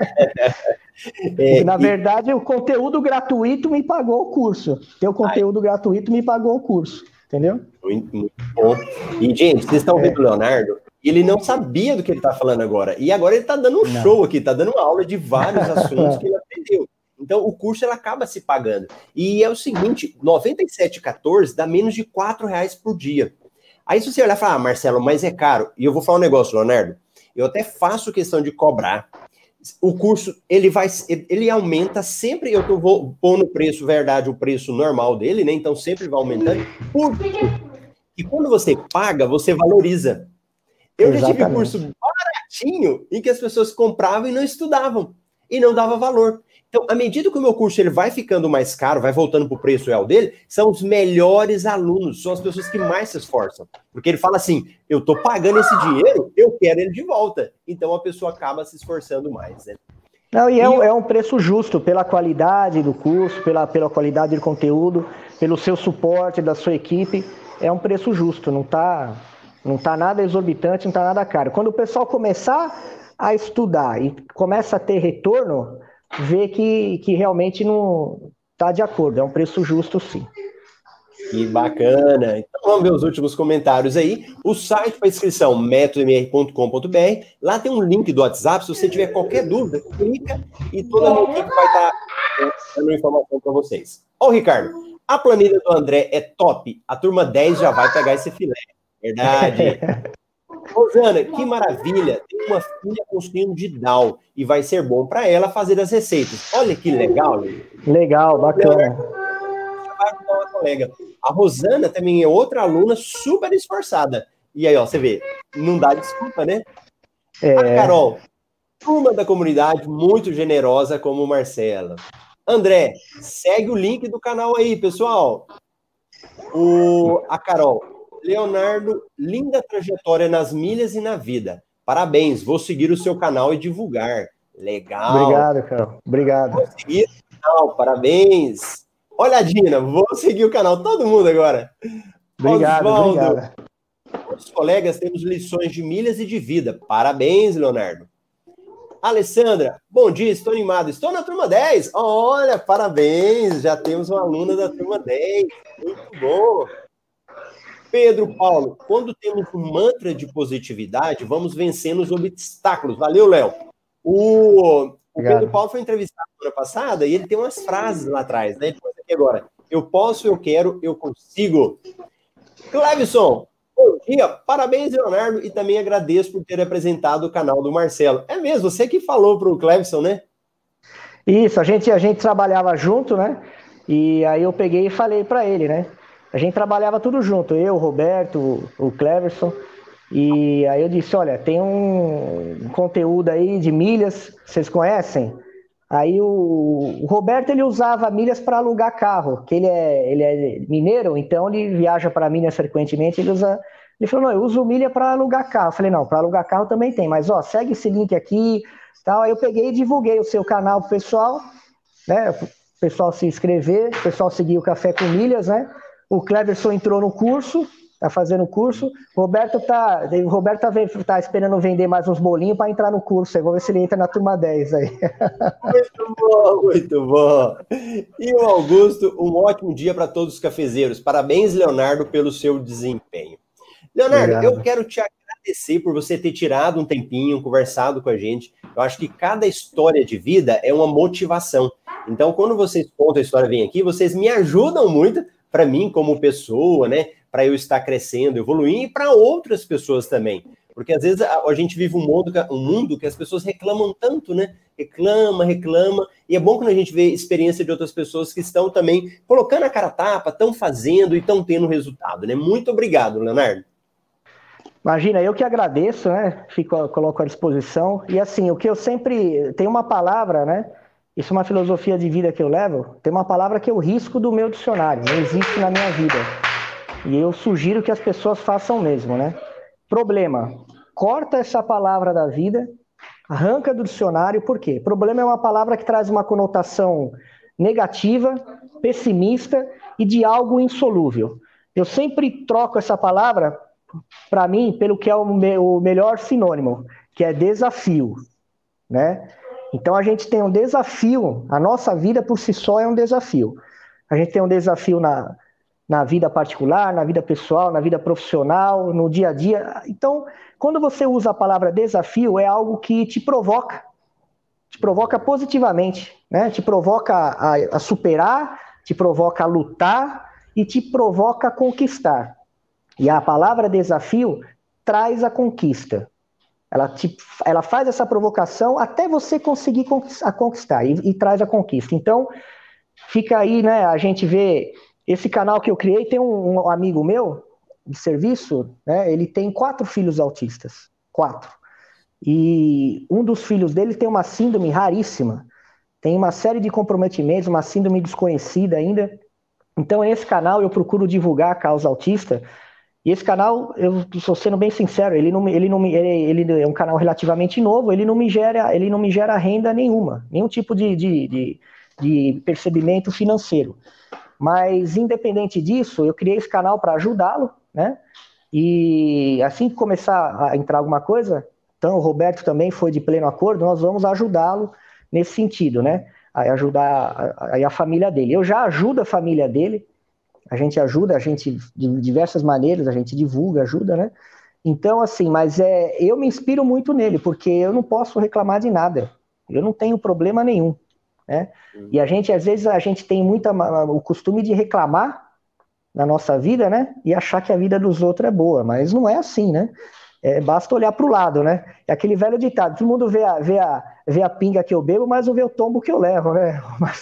É, Na verdade, e... o conteúdo gratuito me pagou o curso. Ter o conteúdo Ai. gratuito me pagou o curso, entendeu? Muito, muito bom. E, gente, vocês estão vendo o é. Leonardo? Ele não sabia do que ele está falando agora. E agora ele está dando um não. show aqui, está dando uma aula de vários assuntos que ele aprendeu. Então, o curso ele acaba se pagando. E é o seguinte, noventa e sete reais e quatorze centavos dá menos de quatro reais por dia. Aí, se você olhar e falar, ah, Marcelo, mas é caro. E eu vou falar um negócio, Leonardo. Eu até faço questão de cobrar. O curso, ele vai, ele aumenta sempre, eu tô, vou pôr no preço, verdade, o preço normal dele, né? Então, sempre vai aumentando. Por quê? E quando você paga, você valoriza. Eu Exatamente. já tive curso baratinho em que as pessoas compravam e não estudavam. E não dava valor. Então, à medida que o meu curso ele vai ficando mais caro, vai voltando para o preço real dele, são os melhores alunos, são as pessoas que mais se esforçam. Porque ele fala assim, eu estou pagando esse dinheiro, eu quero ele de volta. Então, a pessoa acaba se esforçando mais, né? Não, e, e é, um, eu... é um preço justo pela qualidade do curso, pela, pela qualidade do conteúdo, pelo seu suporte da sua equipe. É um preço justo, não está não tá nada exorbitante, não está nada caro. Quando o pessoal começar a estudar e começa a ter retorno, vê que, que realmente não está de acordo, é um preço justo sim. Que bacana. Então vamos ver os últimos comentários aí. O site para inscrição, método m r ponto com ponto b r. Lá tem um link do WhatsApp. Se você tiver qualquer dúvida, clica e toda a minha equipe vai estar dando informação para vocês. Ó, Ricardo, a planilha do André é top. A turma dez já vai pegar esse filé. Verdade. Rosana, que maravilha. Tem uma filha com síndrome de Down e vai ser bom para ela fazer as receitas. Olha que legal. Legal, bacana. Uma colega. A Rosana também é outra aluna super esforçada. E aí, ó, você vê, não dá desculpa, né? É... A Carol, turma da comunidade muito generosa como o Marcelo. André, segue o link do canal aí, pessoal. O... A Carol, Leonardo, linda trajetória nas milhas e na vida. Parabéns, vou seguir o seu canal e divulgar. Legal. Obrigado, Carol. Obrigado. Vou seguir o canal, parabéns. Olha, Dina, vou seguir o canal, todo mundo agora. Obrigado, Osvaldo, obrigado. Os colegas temos lições de milhas e de vida. Parabéns, Leonardo. Alessandra, bom dia, estou animado. Estou na turma dez. Olha, parabéns, já temos uma aluna da turma dez. Muito bom. Pedro Paulo, quando temos um mantra de positividade, vamos vencendo os obstáculos. Valeu, Léo. O... O Pedro Paulo foi entrevistado semana passada e ele tem umas frases lá atrás, né? Ele falou aqui agora, eu posso, eu quero, eu consigo. Clevison, bom dia, parabéns, Leonardo, e também agradeço por ter apresentado o canal do Marcelo. É mesmo, você que falou para o Clevison, né? Isso, a gente, a gente trabalhava junto, né? E aí eu peguei e falei para ele, né? A gente trabalhava tudo junto, eu, o Roberto, o Cleverson. E aí eu disse, olha, tem um conteúdo aí de milhas, vocês conhecem? Aí o, o Roberto, ele usava milhas para alugar carro, que ele é, ele é mineiro, então ele viaja para Minas frequentemente, ele usa... Ele falou, não, eu uso milha para alugar carro. Eu falei, não, para alugar carro também tem, mas ó, segue esse link aqui, tal. Aí eu peguei e divulguei o seu canal pro pessoal, né, o pessoal se inscrever, o pessoal seguir o Café com Milhas, né? O Cleverson entrou no curso, tá fazendo o curso. O Roberto tá, o Roberto tá, tá esperando vender mais uns bolinhos para entrar no curso. Aí, vamos ver se ele entra na turma dez aí. Muito bom, muito bom. E o Augusto, um ótimo dia para todos os cafezeiros. Parabéns, Leonardo, pelo seu desempenho. Leonardo, Obrigado. Eu quero te agradecer por você ter tirado um tempinho, conversado com a gente. Eu acho que cada história de vida é uma motivação. Então, quando vocês contam a história, vem aqui, vocês me ajudam muito, para mim como pessoa, né? Para eu estar crescendo, evoluindo, e para outras pessoas também. Porque às vezes a, a gente vive um mundo, um mundo que as pessoas reclamam tanto, né? Reclama, reclama. E é bom quando a gente vê experiência de outras pessoas que estão também colocando a cara a tapa, estão fazendo e estão tendo resultado, né? Muito obrigado, Leonardo. Imagina, eu que agradeço, né? Fico, coloco à disposição. E assim, o que eu sempre... Tem uma palavra, né? Isso é uma filosofia de vida que eu levo. Tem uma palavra que eu risco do meu dicionário. Não existe na minha vida. E eu sugiro que as pessoas façam mesmo, né? Problema. Corta essa palavra da vida, arranca do dicionário. Por quê? Problema é uma palavra que traz uma conotação negativa, pessimista e de algo insolúvel. Eu sempre troco essa palavra, para mim, pelo que é o, me- o melhor sinônimo, que é desafio, né? Então a gente tem um desafio, a nossa vida por si só é um desafio. A gente tem um desafio na, na vida particular, na vida pessoal, na vida profissional, no dia a dia. Então, quando você usa a palavra desafio, é algo que te provoca, te provoca positivamente, né? Te provoca a, a superar, te provoca a lutar e te provoca a conquistar. E a palavra desafio traz a conquista. Ela, te, ela faz essa provocação até você conseguir conquistar, conquistar e, e traz a conquista. Então, fica aí, né? A gente vê esse canal que eu criei. Tem um, um amigo meu de serviço, né? Ele tem quatro filhos autistas. Quatro. E um dos filhos dele tem uma síndrome raríssima. Tem uma série de comprometimentos, uma síndrome desconhecida ainda. Então, esse canal eu procuro divulgar a causa autista. E esse canal, eu estou sendo bem sincero, ele não, ele não ele, ele é um canal relativamente novo, ele não me gera, ele não me gera renda nenhuma, nenhum tipo de, de, de, de percebimento financeiro. Mas, independente disso, eu criei esse canal para ajudá-lo, né? E assim que começar a entrar alguma coisa, então o Roberto também foi de pleno acordo, nós vamos ajudá-lo nesse sentido, né? A ajudar a, a, a família dele. Eu já ajudo a família dele, a gente ajuda, a gente, de diversas maneiras, a gente divulga, ajuda, né? Então, assim, mas é, eu me inspiro muito nele, porque eu não posso reclamar de nada. Eu não tenho problema nenhum, né? E a gente, às vezes, a gente tem muita, o costume de reclamar na nossa vida, né? E achar que a vida dos outros é boa, mas não é assim, né? É, basta olhar para o lado, né? É aquele velho ditado, todo mundo vê a, vê, a, vê a pinga que eu bebo, mas não vê o tombo que eu levo, né? Mas...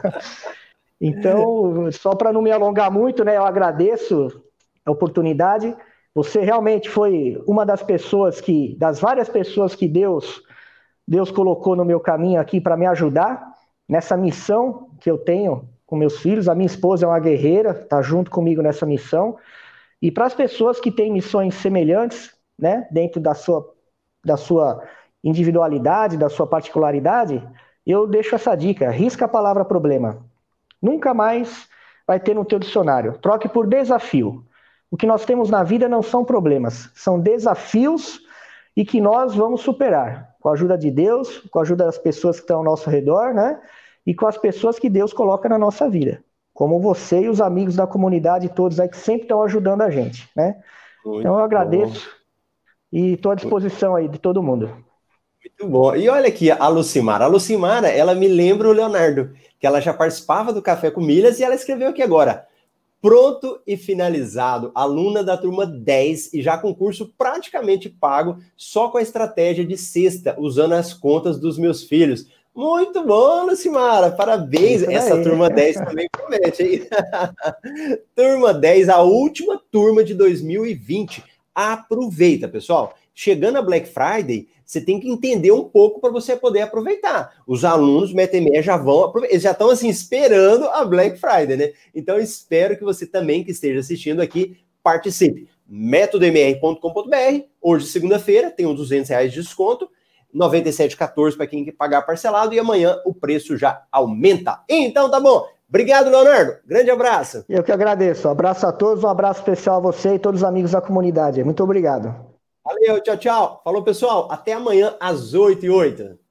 Então, só para não me alongar muito, né, eu agradeço a oportunidade. Você realmente foi uma das pessoas que, das várias pessoas que Deus, Deus colocou no meu caminho aqui para me ajudar nessa missão que eu tenho com meus filhos. A minha esposa é uma guerreira, está junto comigo nessa missão. E para as pessoas que têm missões semelhantes, né, dentro da sua, da sua individualidade, da sua particularidade, eu deixo essa dica: risca a palavra problema. Nunca mais vai ter no teu dicionário. Troque por desafio. O que nós temos na vida não são problemas, são desafios e que nós vamos superar. Com a ajuda de Deus, com a ajuda das pessoas que estão ao nosso redor, né? E com as pessoas que Deus coloca na nossa vida. Como você e os amigos da comunidade, todos aí que sempre estão ajudando a gente, né? Muito então eu agradeço bom. E estou à disposição aí de todo mundo. Muito bom. E olha aqui a Lucimara. A Lucimara, ela me lembra o Leonardo, que ela já participava do Café com Milhas e ela escreveu aqui agora: pronto e finalizado, aluna da turma dez e já com curso praticamente pago, só com a estratégia de sexta, usando as contas dos meus filhos. Muito bom, Lucimara, parabéns. Essa turma dez também promete, hein? Turma dez, a última turma de dois mil e vinte. Aproveita, pessoal. Chegando a Black Friday, você tem que entender um pouco para você poder aproveitar. Os alunos do Metemeia já vão, eles já estão assim esperando a Black Friday, né? Então espero que você também que esteja assistindo aqui participe. método m r ponto com ponto b r, hoje segunda-feira tem uns duzentos reais de desconto, noventa e sete reais e quatorze centavos para quem quer pagar parcelado e amanhã o preço já aumenta. Então tá bom. Obrigado, Leonardo. Grande abraço. Eu que agradeço. Um abraço a todos, um abraço especial a você e todos os amigos da comunidade. Muito obrigado. Valeu, tchau, tchau. Falou, pessoal. Até amanhã às oito e oito.